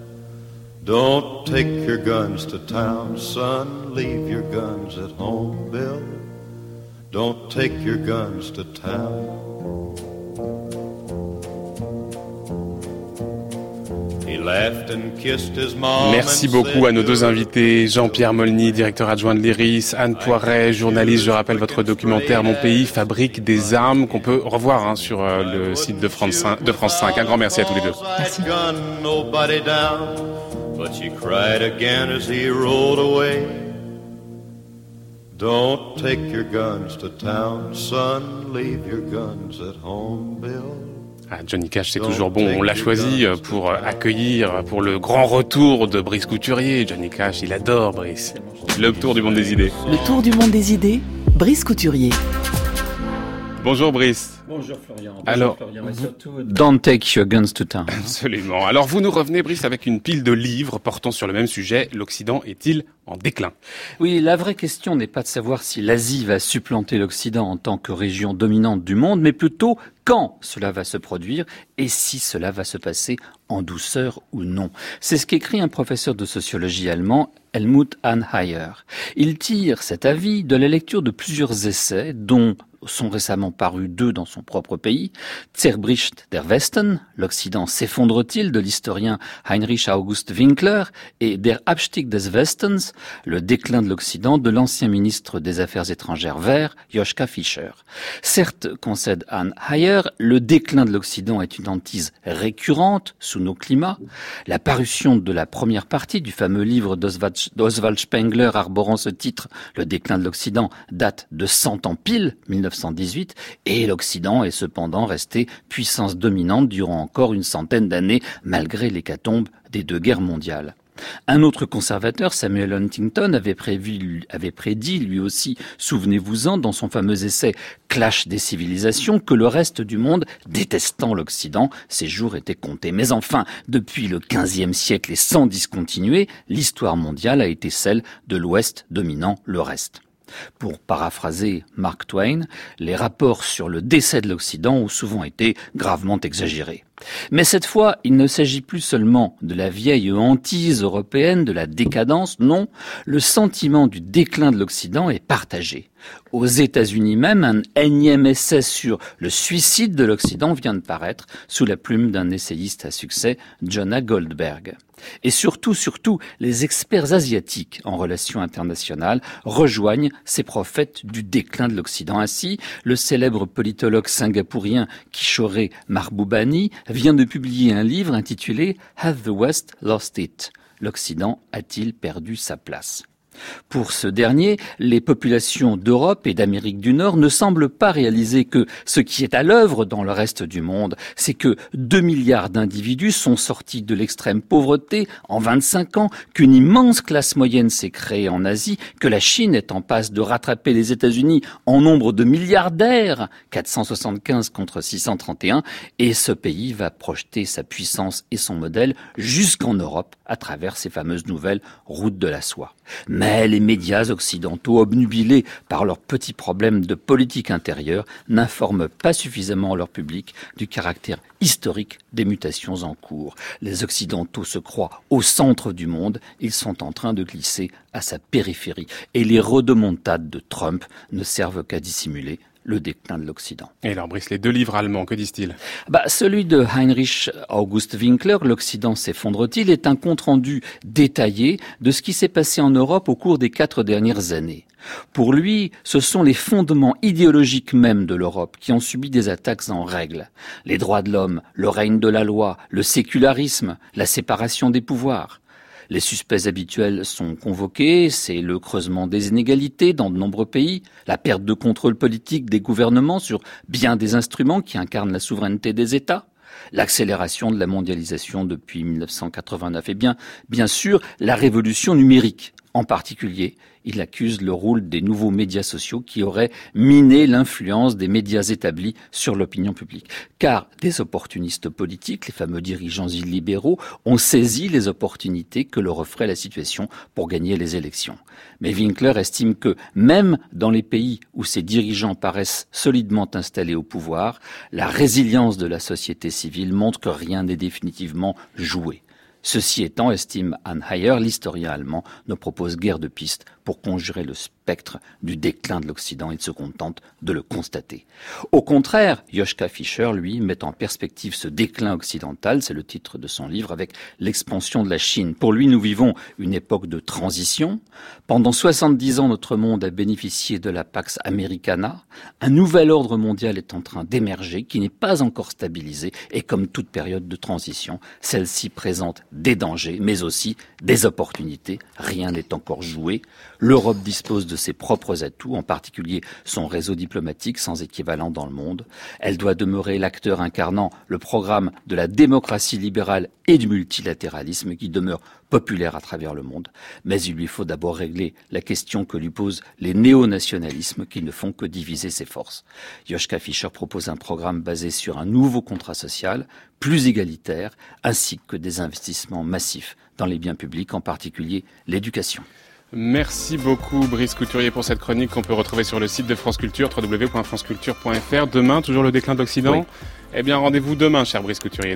Don't take your guns to town, son. Leave your guns at home, Bill. Don't take your guns to town. He Merci beaucoup à nos deux invités, Jean-Pierre Molny, directeur adjoint de l'Iris, Anne Poiret, journaliste. Je rappelle votre documentaire Mon pays fabrique des armes qu'on peut revoir hein, sur euh, le site de France cinq, de France cinq. Un grand merci à tous les deux. Merci. But she cried again as he rolled away. Don't take your guns to town, son. Leave your guns at home, Bill. Ah, Johnny Cash, c'est toujours bon. On l'a choisi pour accueillir, pour le grand retour de Brice Couturier. Johnny Cash, il adore Brice. Le tour du monde des idées. Le tour du monde des idées, Brice Couturier. Bonjour Brice. Bonjour Florian. Bonjour Alors, Florian. Et surtout, don't take your guns to town. Absolument. Alors vous nous revenez Brice avec une pile de livres portant sur le même sujet. L'Occident est-il en déclin ? Oui, la vraie question n'est pas de savoir si l'Asie va supplanter l'Occident en tant que région dominante du monde, mais plutôt quand cela va se produire et si cela va se passer en douceur ou non. C'est ce qu'écrit un professeur de sociologie allemand, Helmut Anheier. Il tire cet avis de la lecture de plusieurs essais, dont sont récemment parus deux dans son propre pays, Zerbricht der Westen, l'Occident s'effondre-t-il, de l'historien Heinrich August Winkler, et Der Abstieg des Westens, le déclin de l'Occident, de l'ancien ministre des Affaires étrangères vert, Joschka Fischer. Certes, concède Anne Heyer, le déclin de l'Occident est une hantise récurrente sous nos climats. La parution de la première partie du fameux livre d'Oswald Spengler arborant ce titre, Le déclin de l'Occident, date de cent ans pile, mille neuf cent dix-huit, et l'Occident est cependant resté puissance dominante durant encore une centaine d'années, malgré l'hécatombe des deux guerres mondiales. Un autre conservateur, Samuel Huntington, avait, prévu, avait prédit, lui aussi, souvenez-vous-en, dans son fameux essai « Clash des civilisations », que le reste du monde, détestant l'Occident, ses jours étaient comptés. Mais enfin, depuis le quinzième siècle et sans discontinuer, l'histoire mondiale a été celle de l'Ouest dominant le reste. Pour paraphraser Mark Twain, les rapports sur le décès de l'Occident ont souvent été gravement exagérés. Mais cette fois, il ne s'agit plus seulement de la vieille hantise européenne, de la décadence, non, le sentiment du déclin de l'Occident est partagé. Aux États-Unis même, un énième essai sur le suicide de l'Occident vient de paraître sous la plume d'un essayiste à succès, Jonah Goldberg. Et surtout, surtout, les experts asiatiques en relations internationales rejoignent ces prophètes du déclin de l'Occident. Ainsi, le célèbre politologue singapourien Kishore Mahbubani vient de publier un livre intitulé « Has the West Lost It ? L'Occident a-t-il perdu sa place ?» Pour ce dernier, les populations d'Europe et d'Amérique du Nord ne semblent pas réaliser que ce qui est à l'œuvre dans le reste du monde, c'est que deux milliards d'individus sont sortis de l'extrême pauvreté en vingt-cinq ans, qu'une immense classe moyenne s'est créée en Asie, que la Chine est en passe de rattraper les États-Unis en nombre de milliardaires, quatre cent soixante-quinze contre six cent trente et un, et ce pays va projeter sa puissance et son modèle jusqu'en Europe à travers ces fameuses nouvelles routes de la soie. Mais les médias occidentaux, obnubilés par leurs petits problèmes de politique intérieure, n'informent pas suffisamment leur public du caractère historique des mutations en cours. Les Occidentaux se croient au centre du monde, ils sont en train de glisser à sa périphérie. Et les rodomontades de Trump ne servent qu'à dissimuler le déclin de l'Occident. Et alors Brice, les deux livres allemands, que disent-ils ? Bah, celui de Heinrich August Winkler, L'Occident s'effondre-t-il, est un compte-rendu détaillé de ce qui s'est passé en Europe au cours des quatre dernières années. Pour lui, ce sont les fondements idéologiques même de l'Europe qui ont subi des attaques en règle. Les droits de l'homme, le règne de la loi, le sécularisme, la séparation des pouvoirs. Les suspects habituels sont convoqués, c'est le creusement des inégalités dans de nombreux pays, la perte de contrôle politique des gouvernements sur bien des instruments qui incarnent la souveraineté des États, l'accélération de la mondialisation depuis mille neuf cent quatre-vingt-neuf et bien, bien sûr, la révolution numérique. En particulier, il accuse le rôle des nouveaux médias sociaux qui auraient miné l'influence des médias établis sur l'opinion publique. Car des opportunistes politiques, les fameux dirigeants illibéraux, ont saisi les opportunités que leur offrait la situation pour gagner les élections. Mais Winkler estime que même dans les pays où ces dirigeants paraissent solidement installés au pouvoir, la résilience de la société civile montre que rien n'est définitivement joué. Ceci étant, estime Anheier, l'historien allemand ne propose guère de pistes pour conjurer le spectre du déclin de l'Occident. Il se contente de le constater. Au contraire, Joschka Fischer, lui, met en perspective ce déclin occidental, c'est le titre de son livre, avec l'expansion de la Chine. Pour lui, nous vivons une époque de transition. Pendant soixante-dix ans, notre monde a bénéficié de la Pax Americana. Un nouvel ordre mondial est en train d'émerger, qui n'est pas encore stabilisé, et comme toute période de transition, celle-ci présente des dangers, mais aussi des opportunités. Rien n'est encore joué. L'Europe dispose de ses propres atouts, en particulier son réseau diplomatique sans équivalent dans le monde. Elle doit demeurer l'acteur incarnant le programme de la démocratie libérale et du multilatéralisme qui demeure populaire à travers le monde. Mais il lui faut d'abord régler la question que lui posent les néo-nationalismes qui ne font que diviser ses forces. Joschka Fischer propose un programme basé sur un nouveau contrat social, plus égalitaire, ainsi que des investissements massifs dans les biens publics, en particulier l'éducation. Merci beaucoup Brice Couturier pour cette chronique qu'on peut retrouver sur le site de France Culture, w w w point france culture point f r. Demain, toujours le déclin de l'Occident. Oui. Eh bien, rendez-vous demain, cher Brice Couturier.